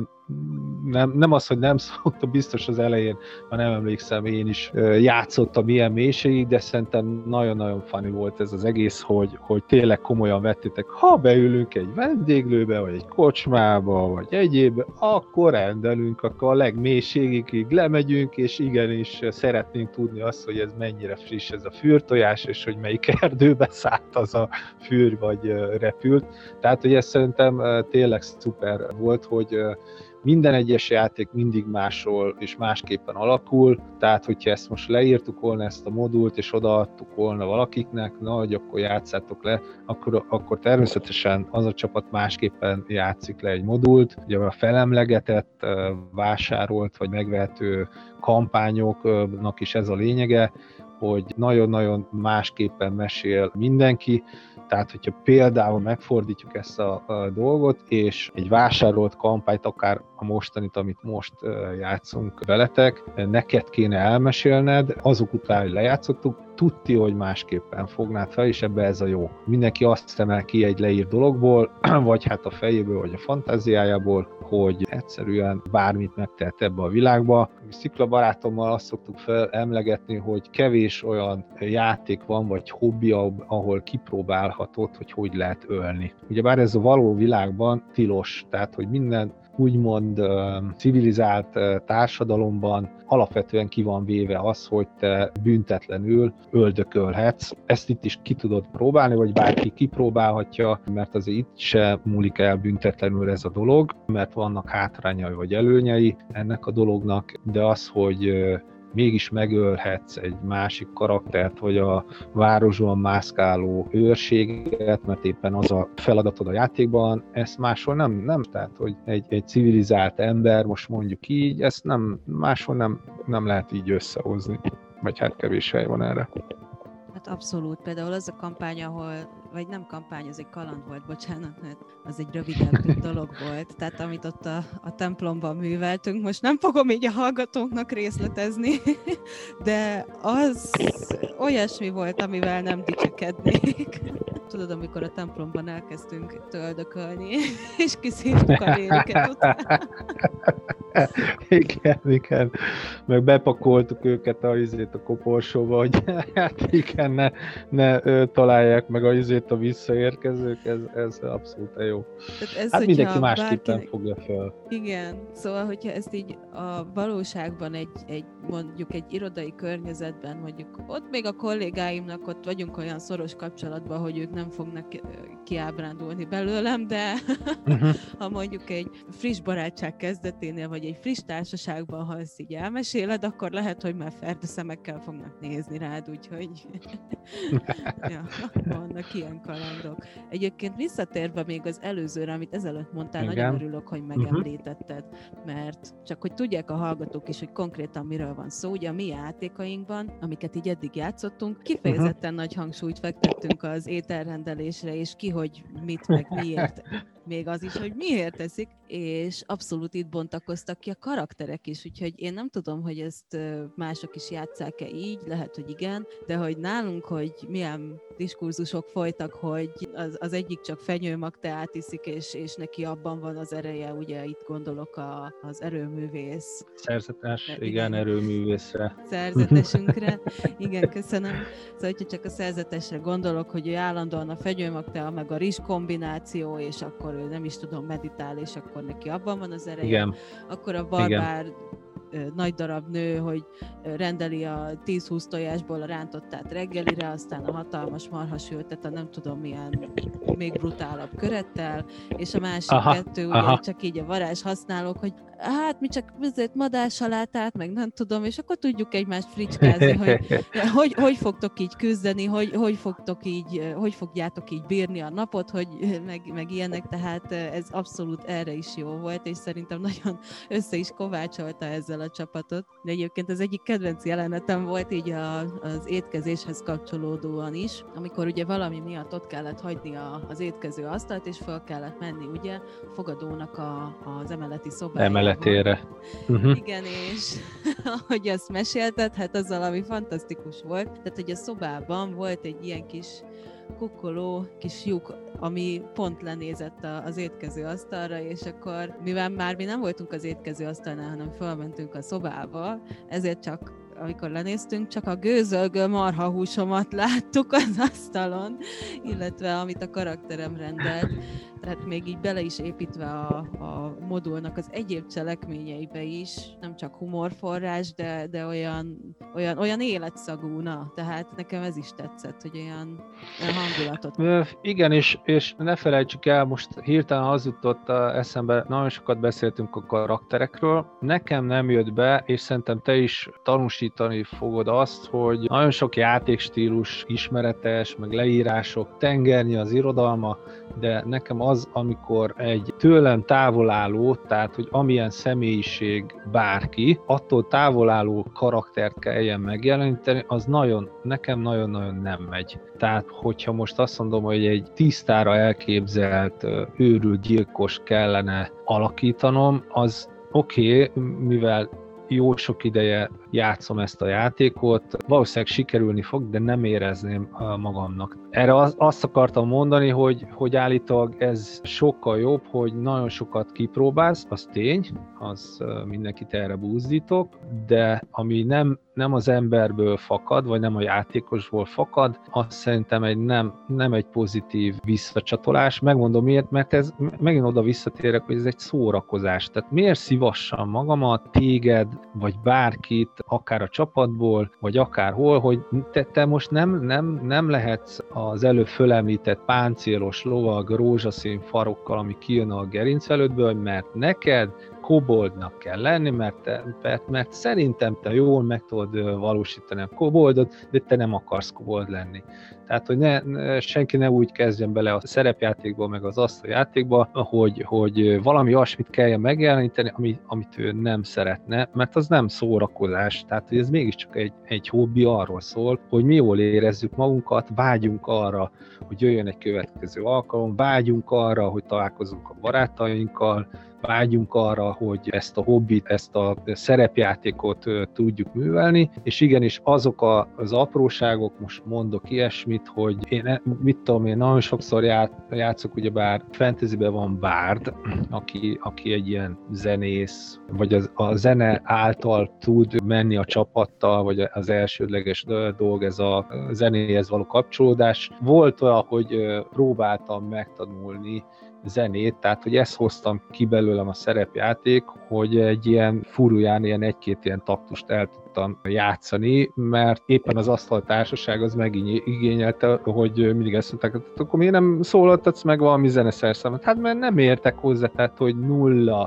nem az, hogy nem szoktam, biztos az elején, ha nem emlékszem, én is játszottam ilyen mélységig, de szerintem nagyon-nagyon funny volt ez az egész, hogy tényleg komolyan vettétek, ha beülünk egy vendéglőbe, vagy egy kocsmába, vagy egyébbe, akkor rendelünk, akkor a legmélységig lemegyünk, és igenis szeretnénk tudni azt, hogy ez mennyire friss ez a fűrtojás, és hogy melyik erdőbe szállt az a fűr, vagy repült. Tehát, hogy ez szerintem tényleg szuper volt, hogy minden egyes játék mindig másról és másképpen alakul, tehát hogyha ezt most leírtuk volna ezt a modult, és odaadtuk volna valakiknek, hogy akkor játszátok le, akkor természetesen az a csapat másképpen játszik le egy modult. Ugye a felemlegetett, vásárolt vagy megvehető kampányoknak is ez a lényege, hogy nagyon-nagyon másképpen mesél mindenki. Tehát, hogyha például megfordítjuk ezt a dolgot, és egy vásárolt kampányt, akár a mostanit, amit most játszunk veletek, neked kéne elmesélned, azok után, hogy lejátszottuk, tudti, hogy másképpen fognád fel, és ebbe ez a jó. Mindenki azt emel ki egy leírt dologból, vagy hát a fejéből, vagy a fantáziájából, hogy egyszerűen bármit megtehet ebbe a világba. Szikla barátommal azt szoktuk emlegetni, hogy kevés olyan játék van, vagy hobbi, ahol kipróbálhatod, hogy lehet ölni. Ugyebár ez a való világban tilos, tehát hogy minden úgymond civilizált társadalomban alapvetően ki van véve az, hogy te büntetlenül öldökölhetsz. Ezt itt is ki tudod próbálni, vagy bárki kipróbálhatja, mert azért itt se múlik el büntetlenül ez a dolog, mert vannak hátrányai vagy előnyei ennek a dolognak, de az, hogy mégis megölhetsz egy másik karaktert, vagy a városban mászkáló őrséget, mert éppen az a feladatod a játékban, ezt máshol nem, tehát, hogy egy civilizált ember, most mondjuk így, ezt máshol nem lehet így összehozni, vagy hát kevés hely van erre. Hát abszolút. Például az a kampány, vagy nem kampány, az egy kaland volt, bocsánat, mert az egy rövidebb dolog volt. Tehát amit ott a templomban műveltünk, most nem fogom így a hallgatóknak részletezni, de az olyasmi volt, amivel nem dicsekednék. Tudod, amikor a templomban elkezdtünk töldökölni, és kiszívtuk a léleket utána. Igen. Meg bepakoltuk őket a koporsóba, hogy hát igen, ne találják meg a visszaérkezők, ez abszolút jó. Ez, hát mindenki másképpen fogja fel. Igen, szóval, hogyha ezt így a valóságban mondjuk egy irodai környezetben, mondjuk ott még a kollégáimnak ott vagyunk olyan szoros kapcsolatban, hogy ők nem fognak kiábrándulni belőlem, de ha mondjuk egy friss barátság kezdeténél, vagy egy friss társaságban, ha ezt így elmeséled, akkor lehet, hogy már ferde szemekkel fognak nézni rád, úgyhogy ja, vannak ilyen kalandok. Egyébként visszatérve még az előzőre, amit ezelőtt mondtál, igen. Nagyon örülök, hogy megemlítetted, mert csak hogy tudják a hallgatók is, hogy konkrétan miről van szó. Ugye a mi játékainkban, amiket így eddig játszottunk, kifejezetten nagy hangsúlyt fektettünk az ételrendelésre, és ki, hogy mit, meg miért még az is, hogy miért teszik, és abszolút itt bontakoztak ki a karakterek is, úgyhogy én nem tudom, hogy ezt mások is játsszák-e így, lehet, hogy igen, de hogy nálunk, hogy milyen diskurzusok folytak, hogy az egyik csak fenyőmagteát iszik, és neki abban van az ereje, ugye itt gondolok az erőművész. Szerzetes, igen, erőművészre. Szerzetesünkre, igen, köszönöm. Szóval, hogyha csak a szerzetesre gondolok, hogy ő állandóan a fenyőmagtea, meg a rizs kombináció, és akkor ő nem is tudom, meditál, és akkor neki abban van az ereje. Igen. Akkor a barbár nagy darab nő, hogy rendeli a 10-20 tojásból a rántottát reggelire, aztán a hatalmas marhasültet, a nem tudom milyen még brutálabb körettel, és a másik kettő ugye csak így a varázs használók, hogy hát mi csak madársalátát, meg nem tudom, és akkor tudjuk egymást fricskázni, hogy fogtok így küzdeni, hogy fogjátok így bírni a napot, hogy meg ilyenek, tehát ez abszolút erre is jó volt, és szerintem nagyon össze is kovácsolta ezzel a csapatot. De egyébként az egyik kedvenc jelenetem volt így az étkezéshez kapcsolódóan is, amikor ugye valami miatt ott kellett hagyni az étkező asztalt, és fel kellett menni ugye fogadónak az emeleti szobájába. Emeletére. Igen, és ahogy azt mesélted, hát az valami fantasztikus volt. Tehát, hogy a szobában volt egy ilyen kis kukkoló, kis lyuk, ami pont lenézett az étkező asztalra, és akkor, mivel már mi nem voltunk az étkező asztalnál, hanem felmentünk a szobába, ezért csak amikor lenéztünk, csak a gőzölgő marhahúsomat láttuk az asztalon, illetve amit a karakterem rendelt. Tehát még így bele is építve a modulnak az egyéb cselekményeibe is, nem csak humorforrás, de olyan életszagú, tehát nekem ez is tetszett, hogy olyan hangulatot. Igen, és ne felejtsük el, most hirtelen az jutott eszembe, nagyon sokat beszéltünk a karakterekről, nekem nem jött be, és szerintem te is tanúsítani fogod azt, hogy nagyon sok játékstílus ismeretes, meg leírások, tengernyi az irodalma, de nekem az, amikor egy tőlem távolálló, tehát hogy amilyen személyiség bárki, attól távolálló karaktert kelljen megjeleníteni, az nekem nagyon-nagyon nem megy. Tehát, hogyha most azt mondom, hogy egy tisztára elképzelt őrült gyilkos kellene alakítanom, az oké, mivel jó sok ideje játszom ezt a játékot, valószínűleg sikerülni fog, de nem érezném magamnak. Erre azt akartam mondani, hogy állítólag ez sokkal jobb, hogy nagyon sokat kipróbálsz, az tény, az mindenkit erre buzdítok, de ami nem az emberből fakad, vagy nem a játékosból fakad, az szerintem nem egy pozitív visszacsatolás. Megmondom miért, mert ez megint oda visszatérek, hogy ez egy szórakozás. Tehát miért szívassam magamat, téged, vagy bárkit, akár a csapatból, vagy akárhol, hogy te most nem lehetsz az előbb fölemlített páncélos lovag rózsaszín farokkal, ami kijön a gerincvelődből, mert neked koboldnak kell lenni, mert szerintem te jól meg tudod valósítani a koboldot, de te nem akarsz kobold lenni. Tehát, hogy senki ne úgy kezdjen bele a szerepjátékba, meg az asztaljátékba, hogy valami olyasmit kelljen megjeleníteni, amit ő nem szeretne, mert az nem szórakozás. Tehát, hogy ez mégiscsak egy hobbi, arról szól, hogy mi jól érezzük magunkat, vágyunk arra, hogy jöjjön egy következő alkalom, vágyunk arra, hogy találkozunk a barátainkkal, vágyunk arra, hogy ezt a hobbit, ezt a szerepjátékot tudjuk művelni, és igenis azok az apróságok, most mondok ilyesmit, hogy én nagyon sokszor játszok, ugyebár fantasyben van bárd, aki egy ilyen zenész, vagy a zene által tud menni a csapattal, vagy az elsődleges dolog ez a zenéhez való kapcsolódás. Volt olyan, hogy próbáltam megtanulni zenét, tehát hogy ezt hoztam ki belőlem a szerepjáték, hogy egy ilyen furuján egy-két ilyen taktust el tudtam játszani, mert éppen az asztaltársaság az megigényelte, hogy mindig ezt mondták, hogy akkor miért nem szólaltatsz meg valami zeneszerszámot? Hát mert nem értek hozzá, tehát hogy nulla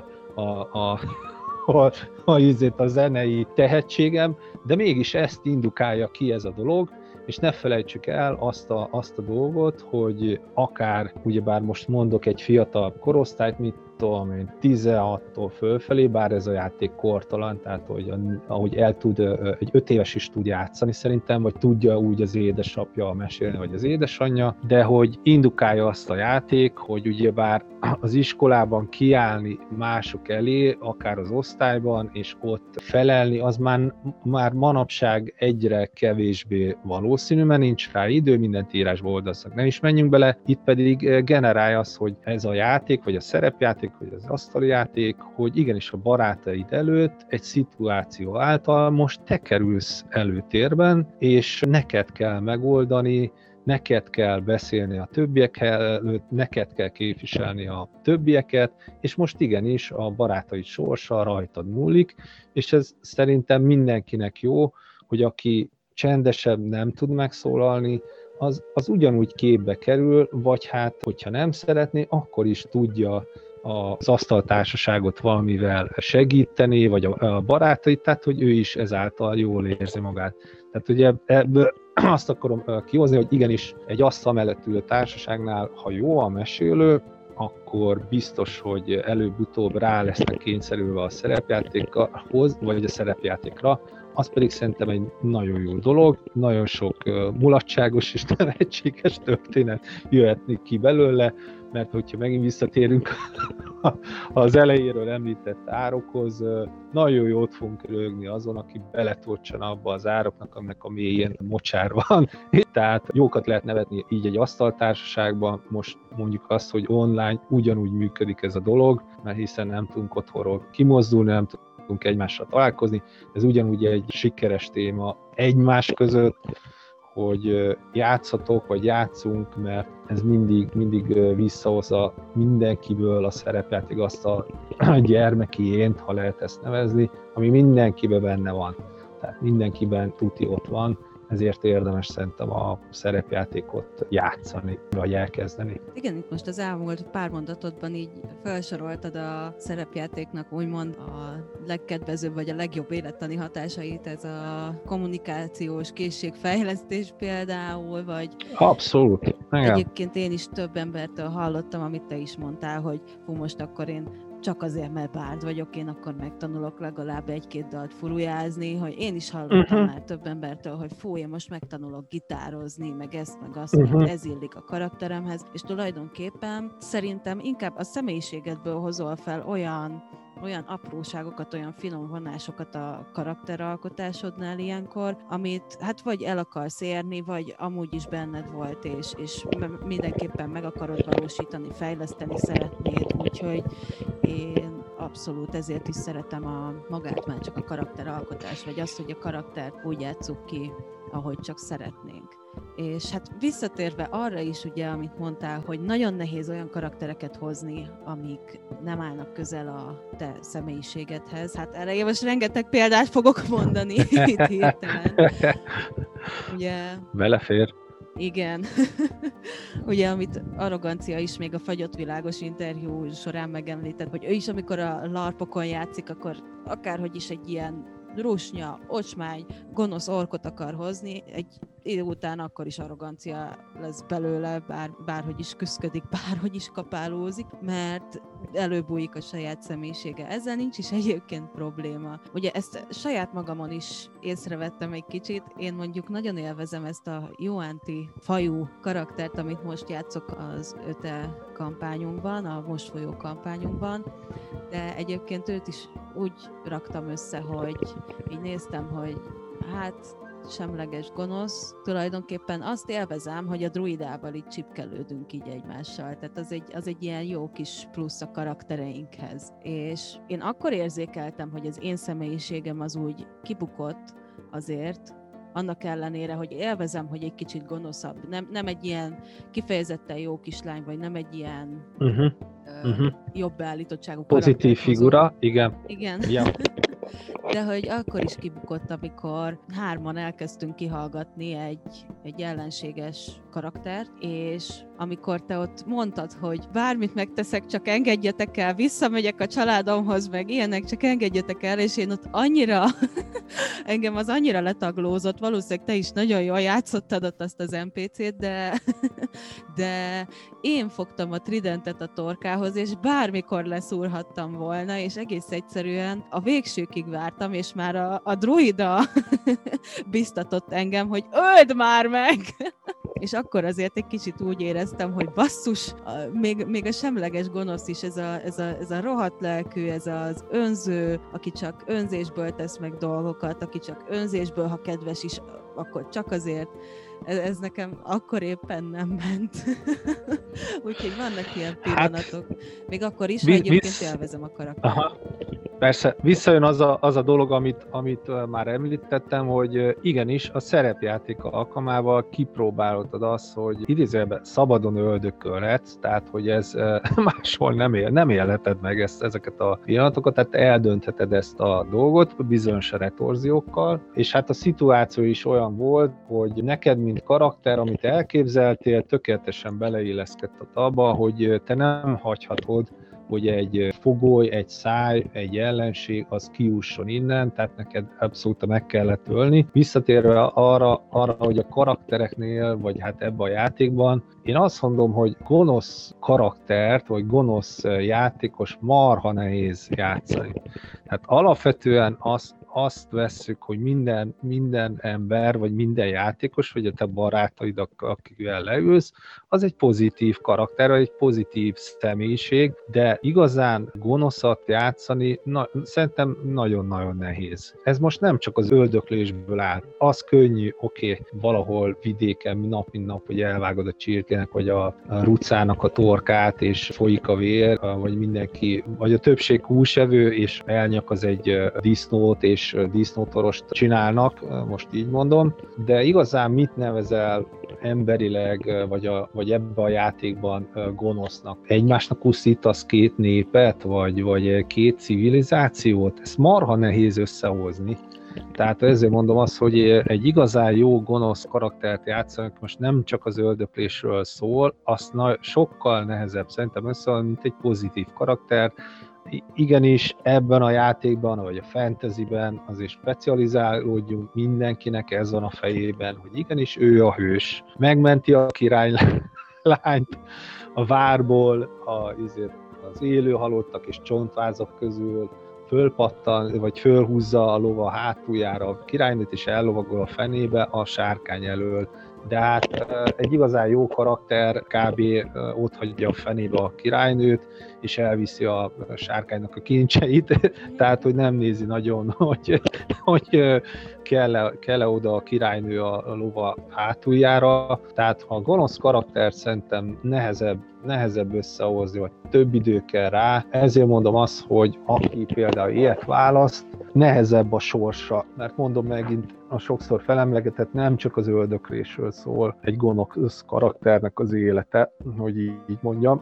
a zenei tehetségem, de mégis ezt indukálja ki ez a dolog, és ne felejtsük el azt a dolgot, hogy akár, ugyebár most mondok egy fiatal korosztályt, mint tudom én, 16-tól fölfelé, bár ez a játék kortalan, tehát ahogy el tud, egy 5 éves is tud játszani szerintem, vagy tudja úgy az édesapja mesélni, vagy az édesanyja, de hogy indukálja azt a játék, hogy ugyebár az iskolában kiállni mások elé, akár az osztályban, és ott felelni, az már manapság egyre kevésbé valószínű, mert nincs rá idő, mindent írásba oldalszak, nem is menjünk bele, itt pedig generálja az, hogy ez a játék, vagy a szerepjáték, vagy az asztali játék, hogy igenis a barátaid előtt egy szituáció által most te kerülsz előtérben, és neked kell megoldani, neked kell beszélni a többiek előtt, neked kell képviselni a többieket, és most igenis a barátaid sorsa rajtad múlik, és ez szerintem mindenkinek jó, hogy aki csendesebb nem tud megszólalni, az ugyanúgy képbe kerül, vagy hát, hogyha nem szeretné, akkor is tudja az asztaltársaságot valamivel segíteni, vagy a barátait, tehát hogy ő is ezáltal jól érzi magát. Tehát ugye ebből azt akarom kihozni, hogy igenis egy asztal mellett ülő társaságnál, ha jó a mesélő, akkor biztos, hogy előbb-utóbb rá lesznek kényszerülve a szerepjátékhoz, vagy a szerepjátékra, az pedig szerintem egy nagyon jó dolog, nagyon sok mulatságos és nevetséges történet jöhetni ki belőle, mert hogyha megint visszatérünk az elejéről említett árokhoz, nagyon jót fogunk röhögni azon, aki beletorcsan abba az ároknak, aminek a mélyén mocsár van. Tehát jókat lehet nevetni így egy asztaltársaságban, most mondjuk azt, hogy online ugyanúgy működik ez a dolog, mert hiszen nem tudunk otthonról kimozdulni, nem tudunk egymással találkozni, ez ugyanúgy egy sikeres téma egymás között, hogy játszhatok, vagy játszunk, mert ez mindig visszahozza mindenkiből a szerepjáték azt a gyermeki ént, ha lehet ezt nevezni, ami mindenkiben benne van. Tehát mindenkiben tuti ott van, ezért érdemes szerintem a szerepjátékot játszani, vagy elkezdeni. Igen, itt most az elmúlt pár mondatodban így felsoroltad a szerepjátéknak úgymond a legkedvezőbb, vagy a legjobb élettani hatásait, ez a kommunikációs készségfejlesztés például, vagy... Abszolút. Igen. Egyébként én is több embertől hallottam, amit te is mondtál, hogy most akkor én csak azért, mert bárd vagyok, én akkor megtanulok legalább 1-2 dalt furujázni, hogy én is hallottam már több embertől, hogy fú, én most megtanulok gitározni, meg ezt, meg azt, mert ez illik a karakteremhez, és tulajdonképpen szerintem inkább a személyiségedből hozol fel olyan apróságokat, olyan finom vonásokat a karakteralkotásodnál ilyenkor, amit hát vagy el akarsz érni, vagy amúgy is benned volt, és mindenképpen meg akarod valósítani, fejleszteni szeretnéd, úgyhogy én abszolút ezért is szeretem magát már csak a karakteralkotás, vagy azt, hogy a karaktert úgy játsszuk ki, ahogy csak szeretnénk. És hát visszatérve arra is, ugye, amit mondtál, hogy nagyon nehéz olyan karaktereket hozni, amik nem állnak közel a te személyiségedhez. Hát erre én most rengeteg példát fogok mondani itt hirtelen. Ugye... Belefér. Igen. Ugye, amit Arrogancia is még a Fagyott világos interjú során megemlített, hogy ő is, amikor a larpokon játszik, akkor akárhogy is egy ilyen rusnya, ocsmány, gonosz orkot akar hozni, egy idő után akkor is arrogancia lesz belőle, bárhogy is küszködik, bárhogy is kapálózik, mert előbújik a saját személyisége. Ezzel nincs is egyébként probléma. Ugye ezt saját magamon is észrevettem egy kicsit. Én mondjuk nagyon élvezem ezt a Yuan-ti fajú karaktert, amit most játszok az Öte kampányunkban, a most folyó kampányunkban, de egyébként őt is úgy raktam össze, hogy így néztem, hogy hát semleges gonosz. Tulajdonképpen azt élvezem, hogy a druidával így csipkelődünk így egymással. Tehát az egy ilyen jó kis plusz a karaktereinkhez. És én akkor érzékeltem, hogy az én személyiségem az úgy kibukott azért, annak ellenére, hogy élvezem, hogy egy kicsit gonoszabb. Nem egy ilyen kifejezetten jó kislány, vagy nem egy ilyen jobb beállítottságú pozitív figura, igen. Ja. De hogy akkor is kibukott, amikor 3-an elkezdtünk kihallgatni egy ellenséges karaktert, és amikor te ott mondtad, hogy bármit megteszek, csak engedjetek el, visszamegyek a családomhoz, meg ilyenek, csak engedjetek el, és én ott annyira, engem az annyira letaglózott, valószínűleg te is nagyon jól játszottad ott azt az NPC-t, de én fogtam a tridentet a torkához, és bármikor leszúrhattam volna, és egész egyszerűen a végsőkig vártam, és már a druida biztatott engem, hogy öld már meg! És akkor azért egy kicsit úgy éreztem, hogy basszus, még a semleges gonosz is, ez a rohadt lelkű, ez az önző, aki csak önzésből tesz meg dolgokat, aki csak önzésből, ha kedves is, akkor csak azért. Ez nekem akkor éppen nem ment. Úgyhogy vannak ilyen pillanatok. Még akkor is, ha egyébként élvezem a karaktert. Aha. Persze, visszajön az a dolog, amit már említettem, hogy igenis a szerepjáték alkalmával kipróbálod azt, hogy idézőjelben szabadon öldökölhetsz, tehát hogy ez máshol nem élheted meg ezeket a pillanatokat, tehát eldöntheted ezt a dolgot bizonyos retorziókkal, és hát a szituáció is olyan volt, hogy neked, mint karakter, amit elképzeltél, tökéletesen beleilleszkedett abba, hogy te nem hagyhatod, hogy egy fogoly, egy száj, egy ellenség, az kijusson innen, tehát neked abszolút meg kellett ölni. Visszatérve arra, hogy a karaktereknél, vagy hát ebben a játékban, én azt mondom, hogy gonosz karaktert, vagy gonosz játékos marha nehéz játszani. Tehát alapvetően azt vesszük, hogy minden ember, vagy minden játékos, vagy a te barátaid, akikkel leülsz, az egy pozitív karakter, vagy egy pozitív személyiség, de igazán gonoszat játszani szerintem nagyon-nagyon nehéz. Ez most nem csak az öldöklésből áll. Az könnyű, oké, valahol vidéken nap mint nap, hogy elvágod a csirkének, vagy a rucának a torkát, és folyik a vér, vagy mindenki, vagy a többség húsevő, és elnyakaz egy disznót, és disznótorost csinálnak, most így mondom, de igazán mit nevezel emberileg, vagy ebben a játékban gonosznak? Egymásnak uszítasz két népet, vagy két civilizációt? Ezt marha nehéz összehozni. Tehát ezért mondom azt, hogy egy igazán jó gonosz karaktert játszanak, most nem csak az öldöklésről szól, azt sokkal nehezebb szerintem összehozni, mint egy pozitív karakter. Igenis, ebben a játékban, vagy a fantasyben azért specializálódjunk, mindenkinek ez van a fejében, hogy igenis ő a hős. Megmenti a királylányt a várból, az élő halottak és csontvázak közül, fölpattan, vagy fölhúzza a lova hátuljára a királynőt, és ellovagol a fenébe a sárkány elől. De hát egy igazán jó karakter kb. Ott hagyja a fenébe a királynőt, és elviszi a sárkánynak a kincseit, tehát hogy nem nézi nagyon, hogy kell-e oda a királynő a lova hátuljára. Tehát ha a gonosz karakter szerintem nehezebb összehozni, vagy több idő kell rá. Ezért mondom azt, hogy aki például ilyet választ, nehezebb a sorsa, mert mondom megint, a sokszor felemlegetett nem csak az öldöklésről szól egy gonosz karakternek az élete, hogy így mondjam.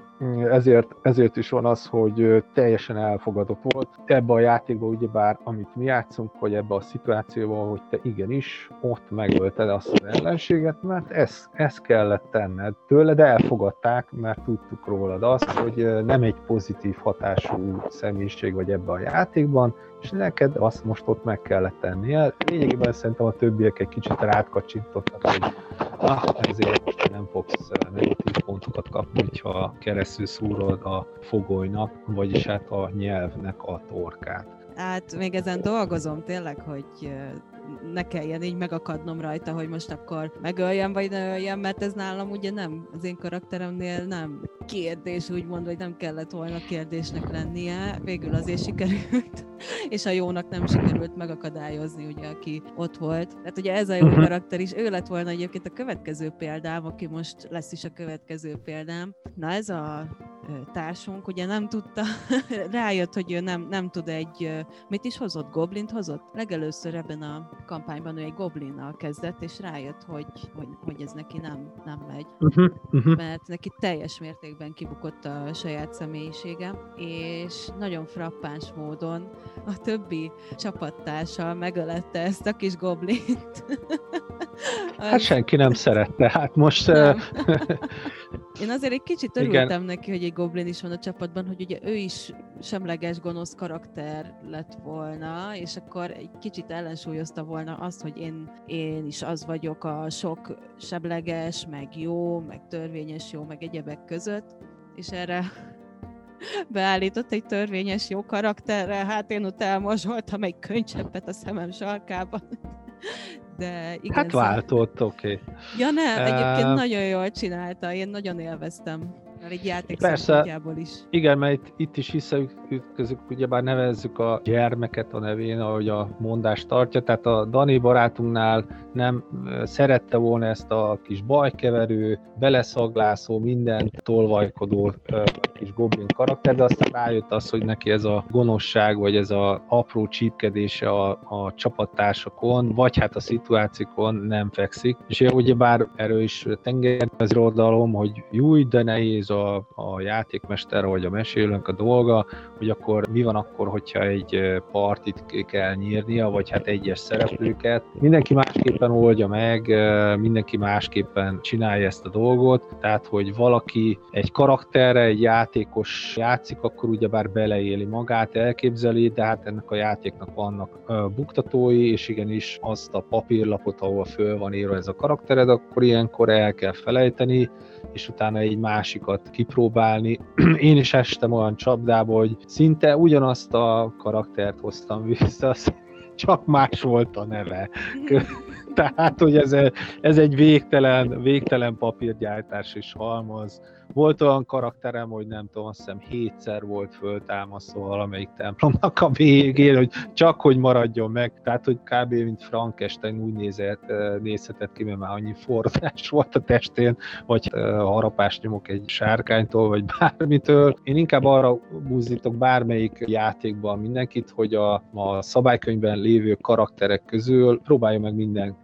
Ezért is van az, hogy teljesen elfogadott volt. Ebbe a játékban ugyebár, amit mi játszunk, vagy ebbe a szituációban, hogy te igenis ott megölted azt az ellenséget, mert ezt kellett tenned. Tőled elfogadták, mert tudtuk rólad azt, hogy nem egy pozitív hatású személyiség vagy ebbe a játékban, és neked azt most ott meg kellett tennie. Lényegében szerintem a többiek egy kicsit rátkacsintottak, hogy ezért most nem fogsz negatív pontokat kapni, hogyha keresztül szúrod a fogolynak, vagyis hát a nyelvnek a torkát. Hát még ezen dolgozom tényleg, hogy ne kelljen így megakadnom rajta, hogy most akkor megöljem, vagy ne öljem, mert ez nálam ugye nem, az én karakteremnél nem kérdés, úgymond, hogy nem kellett volna kérdésnek lennie, végül azért sikerült, és a jónak nem sikerült megakadályozni, ugye, aki ott volt. Tehát ugye ez a jó karakter is, ő lett volna egyébként a következő példám, aki most lesz is a következő példám. Na ez a társunk ugye nem tudta, rájött, hogy ő nem tud mit is hozott? Goblint hozott? Legelőször ebben a kampányban ő egy goblinnal kezdett, és rájött, hogy ez neki nem megy. Mert neki teljes mértékben kibukott a saját személyisége, és nagyon frappáns módon a többi csapattársa megölette ezt a kis goblint. Hát senki nem szerette, hát most... Én azért egy kicsit örültem neki, hogy egy goblin is van a csapatban, hogy ugye ő is semleges, gonosz karakter lett volna, és akkor egy kicsit ellensúlyozta volna azt, hogy én is az vagyok a sok semleges, meg jó, meg törvényes jó, meg egyebek között, és erre beállított egy törvényes jó karakterre, hát én ott elmozsoltam egy könycseppet a szemem sarkában. De igen, hát váltott, oké. Ja nem, egyébként nagyon jól csinálta, én nagyon élveztem. Egy játék szempontjából is. Igen, mert itt is visszaütközünk, ugyebár nevezzük a gyermeket a nevén, ahogy a mondás tartja, tehát a Dani barátunknál nem szerette volna ezt a kis bajkeverő, beleszaglászó, minden tolvajkodó kis goblin karakter, de aztán rájött az, hogy neki ez a gonoszság, vagy ez az apró csípkedése a csapattársakon, vagy hát a szituációkon nem fekszik. És ugyebár erről is tengerező oldalom, hogy júj, de nehéz a játékmester vagy a mesélőnk a dolga, hogy akkor mi van akkor, hogyha egy partit kell nyírnia, vagy hát egyes szereplőket. Mindenki másképpen oldja meg, mindenki másképpen csinálja ezt a dolgot, tehát hogy valaki egy karakterre, egy játékos játszik, akkor ugyebár beleéli magát, elképzeli, de hát ennek a játéknak vannak buktatói, és igenis azt a papírlapot, ahol föl van írva ez a karaktered, akkor ilyenkor el kell felejteni, és utána egy másikat kipróbálni. Én is estem olyan csapdába, hogy szinte ugyanazt a karaktert hoztam vissza, csak más volt a neve. Tehát, hogy ez egy végtelen papírgyártás és halmaz. Volt olyan karakterem, hogy nem tudom, azt hiszem 7-szer volt föltámasztva valamelyik templomnak a végén, hogy csak hogy maradjon meg. Tehát, hogy kb. Mint Frankenstein úgy nézhetett ki, mert már annyi forrás volt a testén, vagy harapást nyomok egy sárkánytól, vagy bármitől. Én inkább arra buzdítok bármelyik játékban mindenkit, hogy a szabálykönyvben lévő karakterek közül próbálja meg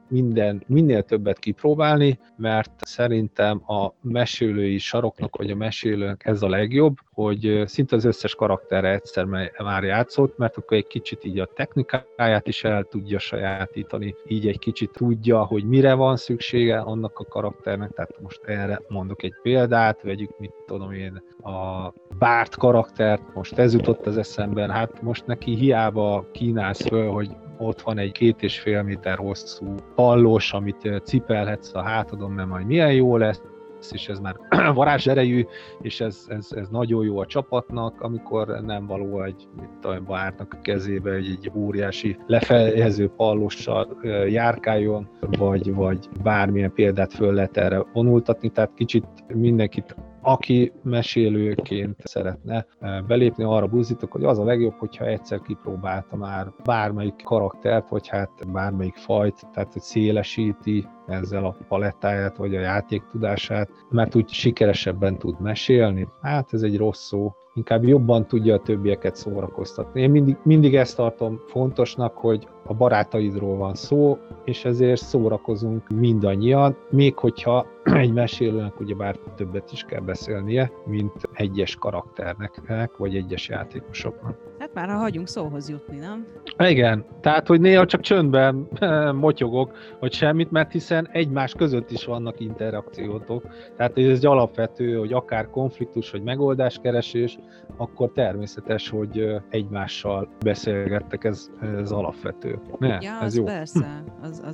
minél többet kipróbálni, mert szerintem a mesélői saroknak, vagy a mesélőnek ez a legjobb, hogy szinte az összes karakterre egyszer már játszott, mert akkor egy kicsit így a technikáját is el tudja sajátítani, így egy kicsit tudja, hogy mire van szüksége annak a karakternek, tehát most erre mondok egy példát, vegyük, mit tudom én, a Bárt karaktert, most ez jutott az eszemben, hát most neki hiába kínálsz föl, hogy ott van egy 2,5 méter hosszú pallós, amit cipelhetsz a hátadon, mert majd milyen jó lesz, és ez már varázserejű, és ez nagyon jó a csapatnak, amikor nem való egy Bártnak a kezébe egy óriási lefejező pallossal járkáljon, vagy bármilyen példát föl lehet erre vonultatni, tehát kicsit mindenkit, aki mesélőként szeretne belépni, arra buzdítok, hogy az a legjobb, hogyha egyszer kipróbálta már bármelyik karaktert, vagy hát bármelyik fajt, tehát hogy szélesíti ezzel a palettáját, vagy a játék tudását, mert úgy sikeresebben tud mesélni. Hát ez egy rossz szó, inkább jobban tudja a többieket szórakoztatni. Én mindig ezt tartom fontosnak, hogy a barátaidról van szó, és ezért szórakozunk mindannyian, még hogyha egy mesélőnek ugyebár többet is kell beszélnie, mint egyes karakternek, vagy egyes játékosoknak. Hát már ha hagyunk szóhoz jutni, nem? Igen, tehát hogy néha csak csöndben motyogok, vagy semmit, mert hiszen egymás között is vannak interakciótok. Tehát ez egy alapvető, hogy akár konfliktus, vagy megoldáskeresés, akkor természetes, hogy egymással beszélgettek, ez alapvető. Ja, ez az jó. Persze,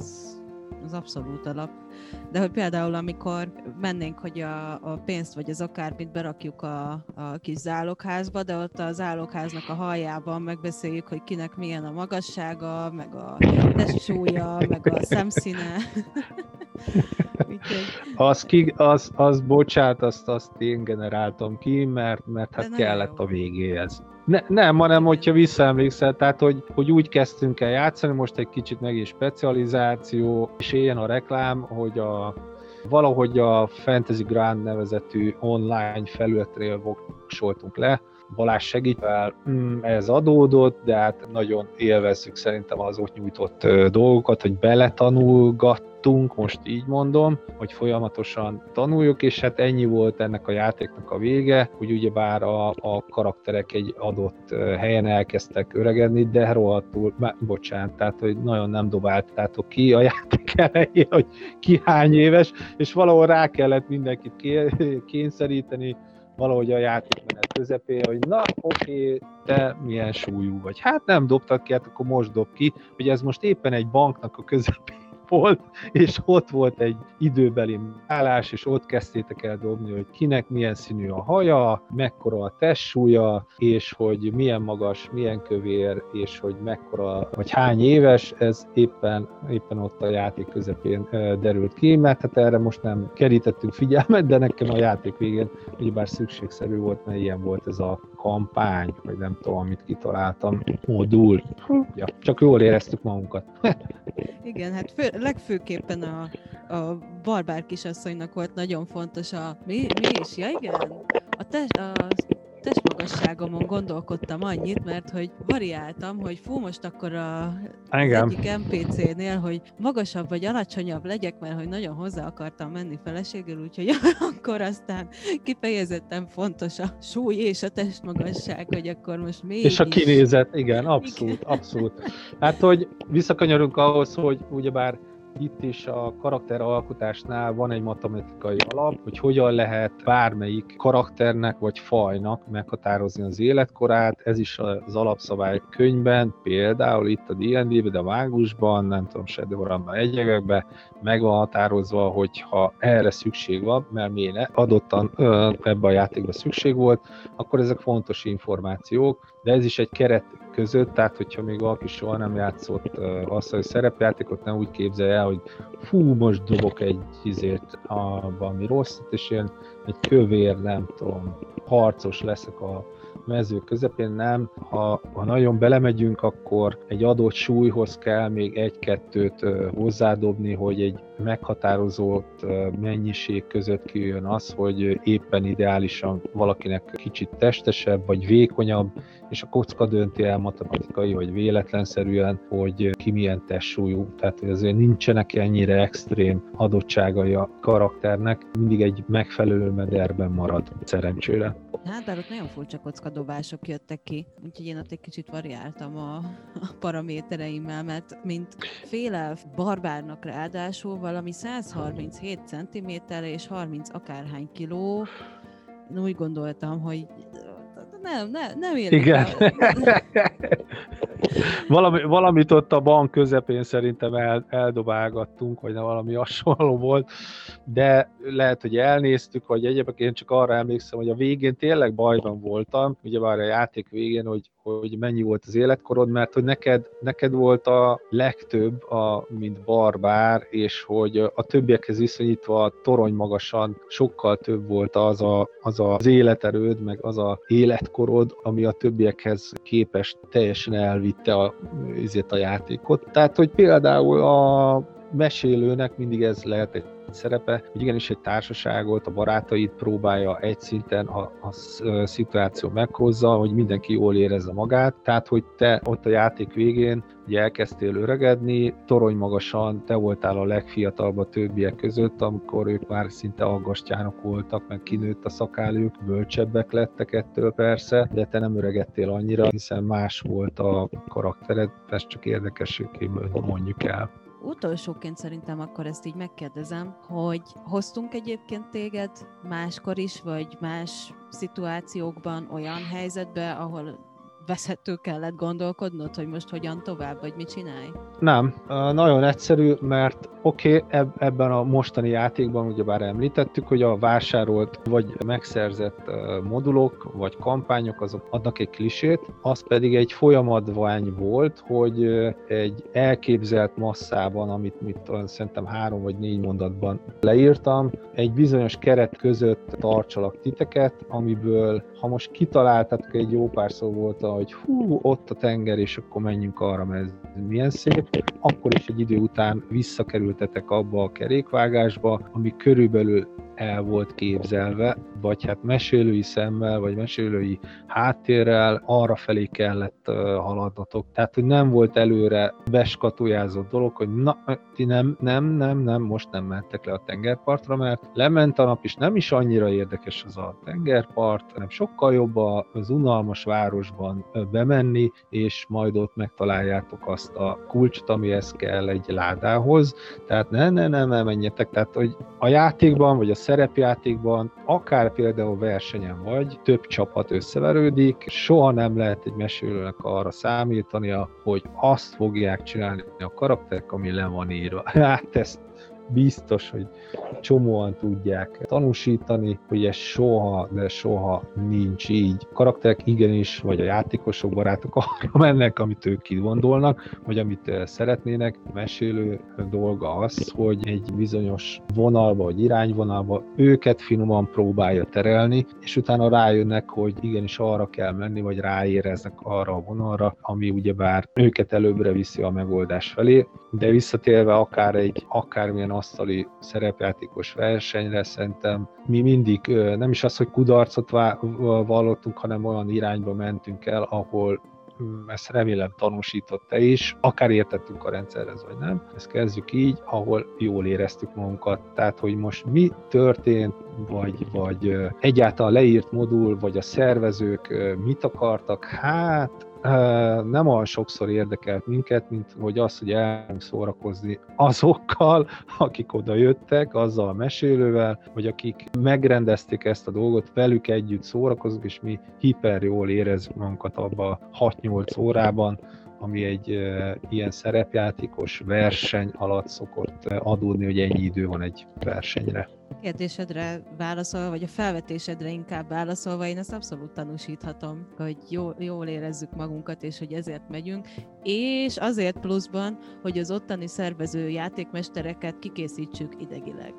az abszolút alap. De hogy például amikor mennénk, hogy a pénzt vagy az akármit berakjuk a kis zálogházba, de ott a zálogháznak a haljában megbeszéljük, hogy kinek milyen a magassága, meg a testsúlya, meg a szemszíne. Bocsánat, azt én generáltam ki, mert hát kellett jó a végéhez. Nem, hanem hogyha visszaemlékszel, tehát hogy úgy kezdtünk el játszani, most egy kicsit meg is specializáció, és éljen a reklám, hogy a Valahogy a Fantasy Ground nevezetű online felületről voksoltunk le, Balázs segítvel, ez adódott, de hát nagyon élvezzük szerintem az ott nyújtott dolgokat, hogy beletanulgattunk, most így mondom, hogy folyamatosan tanuljuk, és hát ennyi volt ennek a játéknak a vége, hogy ugyebár a karakterek egy adott helyen elkezdtek öregedni, de rohadtul, bocsánat, tehát hogy nagyon nem dobáltátok ki a játék elején, hogy ki hány éves, és valahol rá kellett mindenkit kényszeríteni, valahogy a játékmenet közepén, hogy na oké, te milyen súlyú vagy. Hát nem dobtad ki, hát akkor most dob ki, hogy ez most éppen egy banknak a közepén volt, és ott volt egy időbeli állás, és ott kezdtétek el dobni, hogy kinek milyen színű a haja, mekkora a testsúlya, és hogy milyen magas, milyen kövér, és hogy mekkora, vagy hány éves, ez éppen ott a játék közepén derült ki, mert hát erre most nem kerítettünk figyelmet, de nekem a játék végén ugyebár szükségszerű volt, mert ilyen volt ez a kampány, vagy nem tudom, amit kitaláltam, modul. Ja, csak jól éreztük magunkat. Igen, hát legfőképpen a barbár kisasszonynak volt nagyon fontos mi is? Ja igen? A testmagasságomon gondolkodtam annyit, mert hogy variáltam, hogy most akkor az egyik NPC-nél, hogy magasabb vagy alacsonyabb legyek, mert hogy nagyon hozzá akartam menni feleségül, úgyhogy akkor aztán kifejezetten fontos a súly és a testmagasság, hogy akkor most mégis... És a kinézet, igen, abszolút. Hát, hogy visszakanyarunk ahhoz, hogy ugyebár itt is a karakteralkotásnál van egy matematikai alap, hogy hogyan lehet bármelyik karakternek vagy fajnak meghatározni az életkorát. Ez is az alapszabály könyvben, például itt a D&D-ben, de a mágusban, nem tudom, Shadowrunban, egyebekben meg van határozva, hogyha erre szükség van, mert miért adottan ebben a játékban szükség volt, akkor ezek fontos információk, de ez is egy keret között, tehát hogyha még valaki soha nem játszott asztali szerepjátékot, nem úgy képzelje el, hogy most dobok egy valami rosszat, és én egy kövér, nem tudom, harcos leszek a mező közepén, nem. Ha nagyon belemegyünk, akkor egy adott súlyhoz kell még egy-kettőt hozzádobni, hogy egy meghatározott mennyiség között kijön az, hogy éppen ideálisan valakinek kicsit testesebb, vagy vékonyabb, és a kocka dönti el matematikai, vagy véletlenszerűen, hogy ki milyen testsúlyú. Tehát, hogy azért nincsenek ennyire extrém adottságai a karakternek, mindig egy megfelelő mederben marad, szerencsére. Hát, bár ott nagyon furcsa kockadobások jöttek ki, úgyhogy én ott egy kicsit variáltam a paramétereimmel, mert mint félelf barbárnak ráadásul valami 137 cm és 30 akárhány kiló, én úgy gondoltam, hogy nem érdekel. Igen. Valamit ott a bank közepén szerintem eldobálgattunk, vagy valami hasonló volt, de lehet, hogy elnéztük, vagy egyébként én csak arra emlékszem, hogy a végén tényleg bajban voltam, ugyebár a játék végén, hogy mennyi volt az életkorod, mert hogy neked volt a legtöbb, mint barbár, és hogy a többiekhez viszonyítva torony magasan sokkal több volt az életerőd, meg az a életkorod, ami a többiekhez képest teljesen elvitte a játékot. Tehát, hogy például a mesélőnek mindig ez lehet egy szerepe, hogy igenis egy társaságot, a barátait próbálja egy szinten a szituáció meghozza, hogy mindenki jól érezze magát, tehát hogy te ott a játék végén ugye elkezdtél öregedni, torony magasan te voltál a legfiatalabb a többiek között, amikor ők már szinte aggastyánok voltak, meg kinőtt a szakáljuk, bölcsebbek lettek ettől persze, de te nem öregedtél annyira, hiszen más volt a karaktered, ezt csak érdekességként mondjuk el. Utolsóként szerintem akkor ezt így megkérdezem, hogy hoztunk egyébként téged máskor is, vagy más szituációkban olyan helyzetbe, ahol vezető kellett gondolkodnod, hogy most hogyan tovább, vagy mit csinálj? Nem, nagyon egyszerű, mert ebben a mostani játékban ugyebár említettük, hogy a vásárolt vagy megszerzett modulok, vagy kampányok, azok adnak egy klisét, az pedig egy folyamatvány volt, hogy egy elképzelt masszában, amit szerintem 3 vagy 4 mondatban leírtam, egy bizonyos keret között tartsalak titeket, amiből, ha most kitaláltatok, egy jó párszor volt hogy hú, ott a tenger, és akkor menjünk arra, mert ez milyen szép, akkor is egy idő után visszakerültetek abba a kerékvágásba, ami körülbelül el volt képzelve, vagy hát mesélői szemmel, vagy mesélői háttérrel arra felé kellett haladnotok. Tehát, hogy nem volt előre beskatujázott dolog, hogy na, ti nem, most nem mentek le a tengerpartra, mert lement a nap, és nem is annyira érdekes az a tengerpart, hanem sokkal jobb az unalmas városban bemenni, és majd ott megtaláljátok azt a kulcsot, amihez kell egy ládához. Tehát ne menjetek. Tehát, hogy a játékban, vagy a szerepjátékban, akár például versenyen vagy, több csapat összeverődik, soha nem lehet egy mesélőnek arra számítania, hogy azt fogják csinálni a karakterek, ami le van írva. Hát ezt biztos, hogy csomóan tudják tanúsítani, hogy ez soha, de soha nincs így. A karakterek igenis, vagy a játékosok, barátok arra mennek, amit ők kigondolnak, vagy amit szeretnének. A mesélő dolga az, hogy egy bizonyos vonalba, vagy irányvonalba őket finoman próbálja terelni, és utána rájönnek, hogy igenis arra kell menni, vagy ráéreznek arra a vonalra, ami ugyebár őket előbbre viszi a megoldás felé. De visszatérve akármilyen asztali szerepjátékos versenyre, szerintem mi mindig nem is az, hogy kudarcot vallottunk, hanem olyan irányba mentünk el, ahol ezt remélem tanúsított te is, akár értettünk a rendszerhez, vagy nem. Ezt kezdjük így, ahol jól éreztük magunkat. Tehát, hogy most mi történt, vagy egyáltalán leírt modul, vagy a szervezők mit akartak, hát nem olyan sokszor érdekelt minket, mint hogy az, hogy elmegyünk szórakozni azokkal, akik oda jöttek, azzal a mesélővel, vagy akik megrendezték ezt a dolgot, velük együtt szórakozunk, és mi hiper jól érezzük magunkat abba 6-8 órában, ami egy ilyen szerepjátékos verseny alatt szokott adódni, hogy ennyi idő van egy versenyre. Kérdésedre válaszolva, vagy a felvetésedre inkább válaszolva, én ezt abszolút tanúsíthatom, hogy jól érezzük magunkat, és hogy ezért megyünk, és azért pluszban, hogy az ottani szervező játékmestereket kikészítsük idegileg.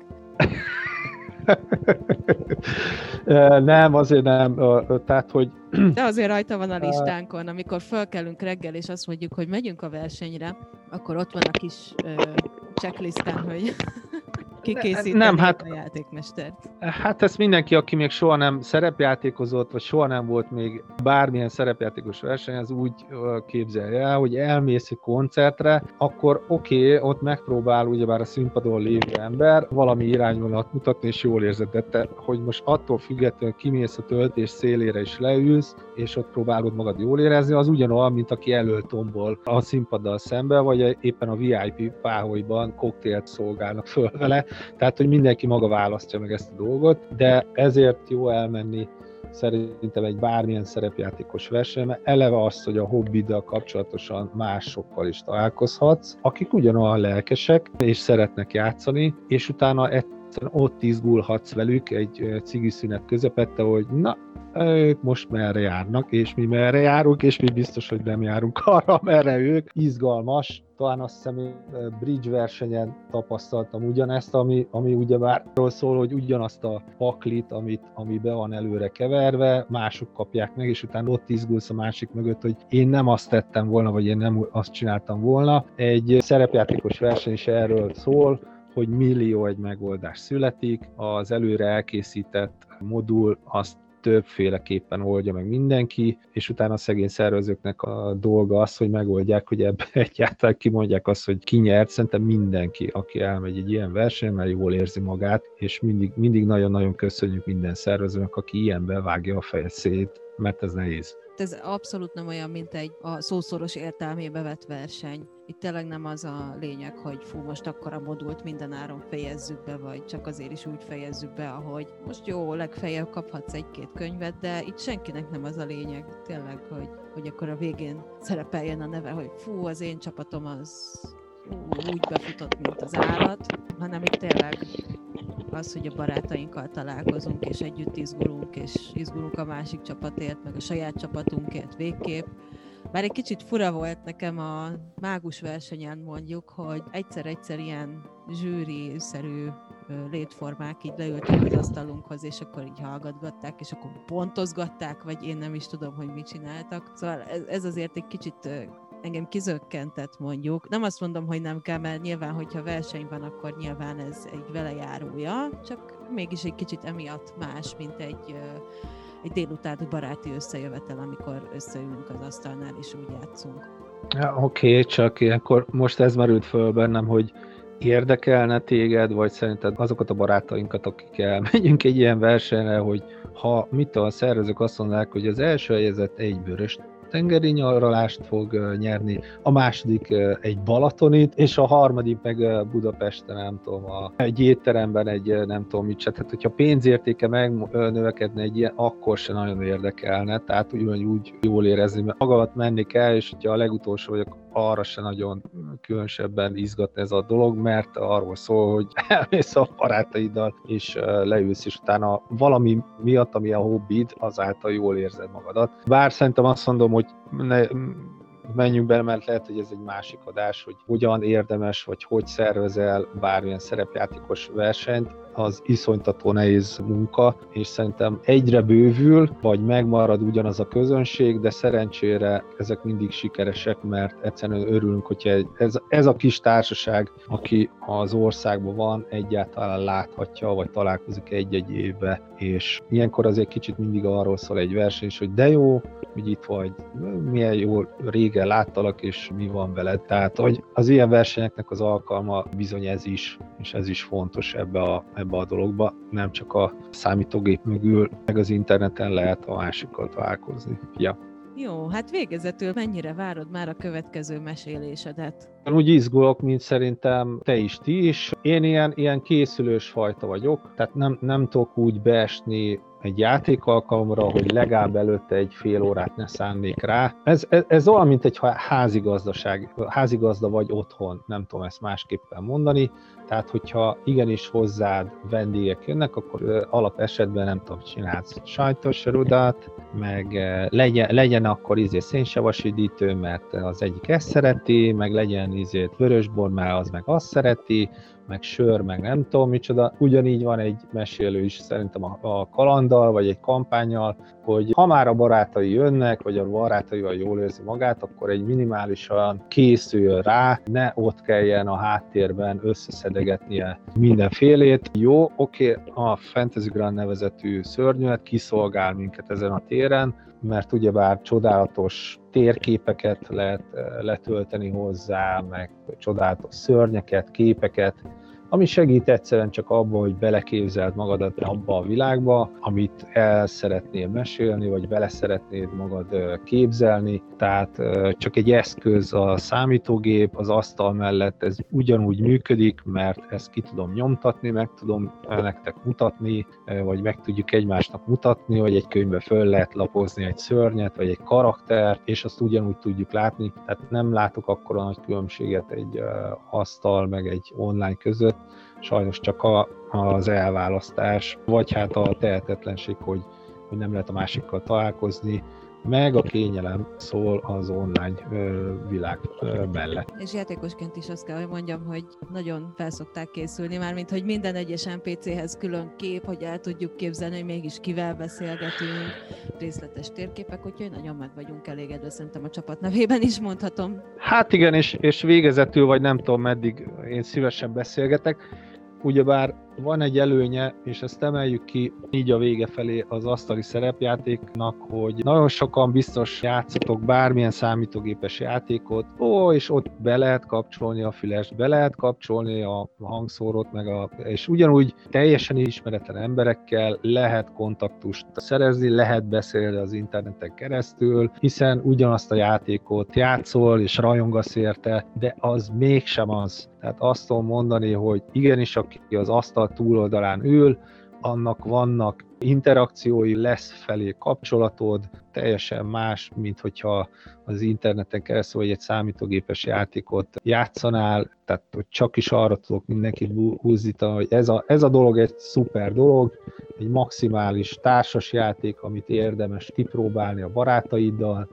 Nem, azért nem. Tehát, hogy... De azért rajta van a listánkon, amikor fölkelünk reggel, és azt mondjuk, hogy megyünk a versenyre, akkor ott van a kis checklistán, hogy kikészíteni a játékmestert. Hát ezt mindenki, aki még soha nem szerepjátékozott, vagy soha nem volt még bármilyen szerepjátékos verseny, az úgy képzelje el, hogy elmész egy koncertre, akkor oké, ott megpróbál ugyebár a színpadon lévő ember valami irányvonalat mutatni, és jól érzed, de te, hogy most attól függetlenül kimész a töltés szélére és leülsz, és ott próbálod magad jól érezni, az ugyanolyan, mint aki előtombol a színpaddal szembe, vagy éppen a VIP páholyban koktélt szolgálnak föl vele. Tehát, hogy mindenki maga választja meg ezt a dolgot, de ezért jó elmenni szerintem egy bármilyen szerepjátékos versenyre, mert eleve azt, hogy a hobbiddal kapcsolatosan másokkal is találkozhatsz, akik ugyanolyan lelkesek, és szeretnek játszani, és utána egyszerűen ott izgulhatsz velük egy cigiszünet közepette, hogy na, ők most merre járnak, és mi merre járunk, és mi biztos, hogy nem járunk arra, merre ők. Izgalmas. Talán azt hiszem, bridge versenyen tapasztaltam ugyanezt, ami ugyebár arról szól, hogy ugyanazt a paklit, ami be van előre keverve, mások kapják meg, és utána ott izgulsz a másik mögött, hogy én nem azt tettem volna, vagy én nem azt csináltam volna. Egy szerepjátékos verseny is erről szól, hogy millió egy megoldás születik, az előre elkészített modul azt többféleképpen oldja meg mindenki, és utána a szegény szervezőknek a dolga az, hogy megoldják, hogy ebben egyáltalán kimondják azt, hogy ki nyert. Szerintem mindenki, aki elmegy egy ilyen versenyen, mert jól érzi magát, és mindig nagyon-nagyon köszönjük minden szervezőnek, aki ilyenben vágja a fejet szét, mert ez nehéz. Ez abszolút nem olyan, mint egy a szószoros értelmébe vett verseny. Itt tényleg nem az a lényeg, hogy most akkor a modult minden áron fejezzük be, vagy csak azért is úgy fejezzük be, ahogy most jó, legfeljebb kaphatsz egy-két könyvet, de itt senkinek nem az a lényeg, tényleg, hogy akkor a végén szerepeljen a neve, hogy fú, az én csapatom az úgy befutott, mint az állat, hanem itt tényleg az, hogy a barátainkkal találkozunk, és együtt izgulunk, és izgulunk a másik csapatért, meg a saját csapatunkért végképp. Bár egy kicsit fura volt nekem a mágus versenyen mondjuk, hogy egyszer-egyszer ilyen zsűri-szerű létformák így leültek az asztalunkhoz, és akkor így hallgatgatták, és akkor pontozgatták, vagy én nem is tudom, hogy mit csináltak. Szóval ez azért egy kicsit engem kizökkentett, mondjuk. Nem azt mondom, hogy nem kell, mert nyilván, hogyha verseny van, akkor nyilván ez egy velejárója, csak mégis egy kicsit emiatt más, mint egy délutáni baráti összejövetel, amikor összeülünk az asztalnál, és úgy játszunk. Ja, oké, csak ilyenkor most ez merült föl bennem, hogy érdekelne téged, vagy szerinted azokat a barátainkat, akikkel megyünk egy ilyen versenyre, hogy ha a szervezők azt mondják, hogy az első helyezett egy vörös tengeri nyaralást fog nyerni, a második egy Balatonit, és a harmadik meg Budapesten, nem tudom, egy étteremben egy nem tudom mit se. Tehát, hogyha pénzértéke megnövekedne egy ilyen, akkor se nagyon érdekelne, tehát úgy jól érezni, mert magamat menni kell, és hogyha a legutolsó vagyok, arra se nagyon különösebben izgat ez a dolog, mert arról szól, hogy elmész a barátaiddal, és leülsz, és utána valami miatt, ami a hobbid, azáltal jól érzed magadat. Bár szerintem azt mondom, hogy menjünk bele, mert lehet, hogy ez egy másik adás, hogy hogyan érdemes, vagy hogy szervezel bármilyen szerepjátékos versenyt, az iszonytató nehéz munka, és szerintem egyre bővül, vagy megmarad ugyanaz a közönség, de szerencsére ezek mindig sikeresek, mert egyszerűen örülünk, hogyha ez a kis társaság, aki az országban van, egyáltalán láthatja, vagy találkozik egy-egy évbe, és ilyenkor azért kicsit mindig arról szól egy verseny, hogy de jó, hogy itt vagy, milyen jó régen láttalak, és mi van veled. Tehát, hogy az ilyen versenyeknek az alkalma bizony ez is, és ez is fontos ebbe a dologba. Nem csak a számítógép mögül, meg az interneten lehet a másikkal találkozni. Ja. Jó, hát végezetül mennyire várod már a következő mesélésedet? Úgy izgulok, mint szerintem te is, ti is. Én ilyen készülős fajta vagyok, tehát nem tudok úgy beesni egy játékalkalomra, hogy legalább előtte egy fél órát ne szánnék rá. Ez olyan, mint egy házigazda vagy otthon, nem tudom ezt másképpen mondani. Tehát, hogyha igenis hozzád vendégek jönnek, akkor alap esetben nem tudom, csinálsz sajtos rudat, meg legyen akkor szénsavas üdítő, mert az egyik ezt szereti, meg legyen vörösbor, mert az meg azt szereti, meg sör, meg nem tudom micsoda. Ugyanígy van egy mesélő is szerintem a kalanddal, vagy egy kampánnyal, hogy ha már a barátai jönnek, vagy a barátaival jól érzi magát, akkor egy minimálisan készüljön rá, ne ott kelljen a háttérben összeszedegetnie mindenfélét. Jó, oké, a Fantasy Grand nevezetű szörnyűlet kiszolgál minket ezen a téren, mert ugyebár csodálatos térképeket lehet letölteni hozzá, meg csodálatos szörnyeket, képeket, ami segít egyszerűen csak abban, hogy beleképzeld magadat abba a világba, amit el szeretnél mesélni, vagy bele szeretnéd magad képzelni. Tehát csak egy eszköz a számítógép, az asztal mellett ez ugyanúgy működik, mert ezt ki tudom nyomtatni, meg tudom nektek mutatni, vagy meg tudjuk egymásnak mutatni, vagy egy könyvbe föl lehet lapozni egy szörnyet, vagy egy karaktert, és azt ugyanúgy tudjuk látni. Tehát nem látok akkora nagy különbséget egy asztal meg egy online között, sajnos csak az elválasztás, vagy hát a tehetetlenség, hogy nem lehet a másikkal találkozni, meg a kényelem szól az online világ mellett. És játékosként is azt kell, hogy mondjam, hogy nagyon felszokták készülni, mármint, hogy minden egyes NPC-hez külön kép, hogy el tudjuk képzelni, hogy mégis kivel beszélgetünk, részletes térképek, úgyhogy nagyon meg vagyunk elégedve, szerintem a csapat nevében is mondhatom. Hát igen, és végezetül, vagy nem tudom meddig én szívesen beszélgetek, ugyebár van egy előnye, és ezt emeljük ki így a vége felé az asztali szerepjátéknak, hogy nagyon sokan biztos játszatok bármilyen számítógépes játékot, és ott be lehet kapcsolni a fülest, be lehet kapcsolni a hangszórót, és ugyanúgy teljesen ismeretlen emberekkel lehet kontaktust szerezni, lehet beszélni az interneten keresztül, hiszen ugyanazt a játékot játszol és rajongasz érte, de az mégsem az. Tehát azt tudom mondani, hogy igenis, aki az asztal túloldalán ül, annak vannak interakciói, lesz felé kapcsolatod, teljesen más, mint hogyha az interneten keresztül vagy egy számítógépes játékot játszanál, tehát hogy csak is arra tudok mindenkit húzzítani, hogy ez a dolog egy szuper dolog, egy maximális társas játék, amit érdemes kipróbálni a barátaiddal,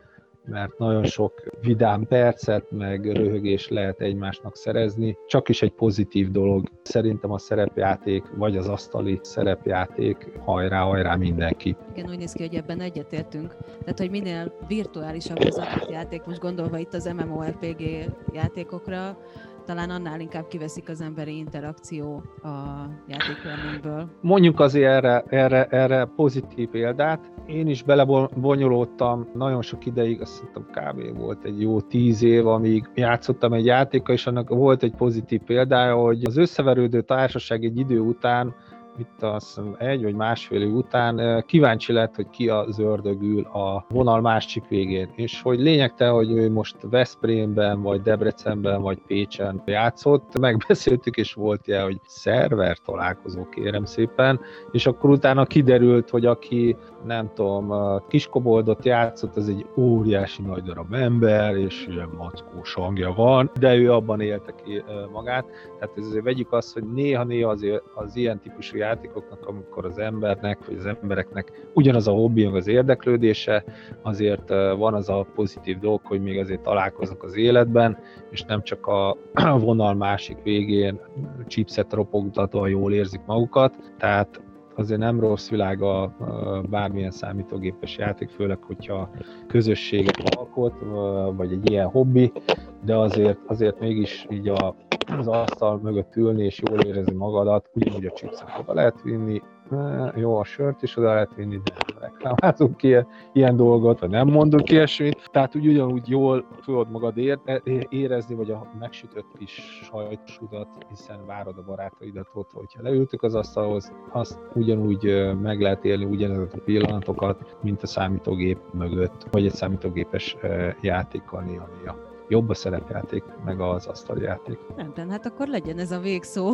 mert nagyon sok vidám percet, meg röhögést lehet egymásnak szerezni. Csak is egy pozitív dolog. Szerintem a szerepjáték, vagy az asztali szerepjáték, hajrá mindenki. Igen, úgy néz ki, hogy ebben egyetértünk. Tehát, hogy minél virtuálisabb az adott játék, most gondolva itt az MMORPG játékokra, talán annál inkább kiveszik az emberi interakció a játékélményből. Mondjuk azért erre pozitív példát. Én is belebonyolódtam nagyon sok ideig, azt hiszem kb. Volt egy jó 10 év, amíg játszottam egy játékkal, és annak volt egy pozitív példája, hogy az összeverődő társaság egy idő után, itt azt hiszem 1 vagy másfél év után kíváncsi lett, hogy ki az ördögül a vonal másik végén, és hogy lényegtelen, hogy ő most Veszprémben, vagy Debrecenben, vagy Pécsen játszott, megbeszéltük, és volt ilyen, hogy szerver találkozó, kérem szépen, és akkor utána kiderült, hogy aki, nem tudom, Kiskoboldot játszott, az egy óriási nagy darab ember, és ilyen mackós hangja van, de ő abban élte ki magát, tehát ezért vegyük azt, hogy néha azért az ilyen típusú játékoknak, amikor az embernek, vagy az embereknek ugyanaz a hobbi, meg az érdeklődése, azért van az a pozitív dolog, hogy még azért találkoznak az életben, és nem csak a vonal másik végén chipset ropogtatva jól érzik magukat, tehát azért nem rossz világ a bármilyen számítógépes játék, főleg, hogyha közösséget alkot, vagy egy ilyen hobbi, de azért mégis így az asztal mögött ülni és jól érezni magadat, ugyanúgy a chipset oda lehet vinni, jó, a sört is oda lehet vinni, de nem reklámázunk ki ilyen dolgot, vagy nem mondunk ilyesmit, tehát ugyanúgy jól tudod magad érezni, vagy a megsütött kis sajtosudat, hiszen várod a barátaidat ott, hogyha leültök az asztalhoz, azt ugyanúgy meg lehet élni ugyanezeket a pillanatokat, mint a számítógép mögött, vagy egy számítógépes játékkal néha. Jobb a szerepjáték, meg az asztaljáték. Rendben, hát akkor legyen ez a végszó.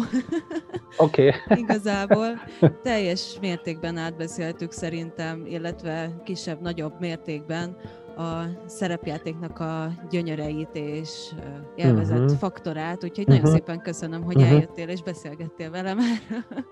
Oké. Igazából teljes mértékben átbeszéltük szerintem, illetve kisebb-nagyobb mértékben a szerepjátéknak a gyönyöreit és élvezett faktorát, úgyhogy nagyon szépen köszönöm, hogy eljöttél és beszélgettél velem erről.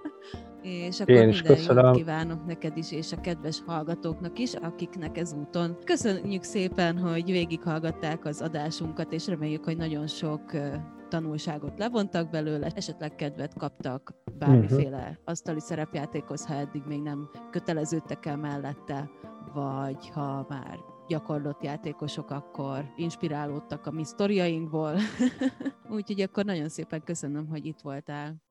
És akkor minden jót kívánok neked is, és a kedves hallgatóknak is, akiknek ezúton. Köszönjük szépen, hogy végighallgatták az adásunkat, és reméljük, hogy nagyon sok tanulságot levontak belőle, esetleg kedvet kaptak bármiféle asztali szerepjátékhoz, ha eddig még nem köteleződtek el mellette, vagy ha már gyakorlott játékosok, akkor inspirálódtak a mi sztoriainkból. Úgyhogy akkor nagyon szépen köszönöm, hogy itt voltál.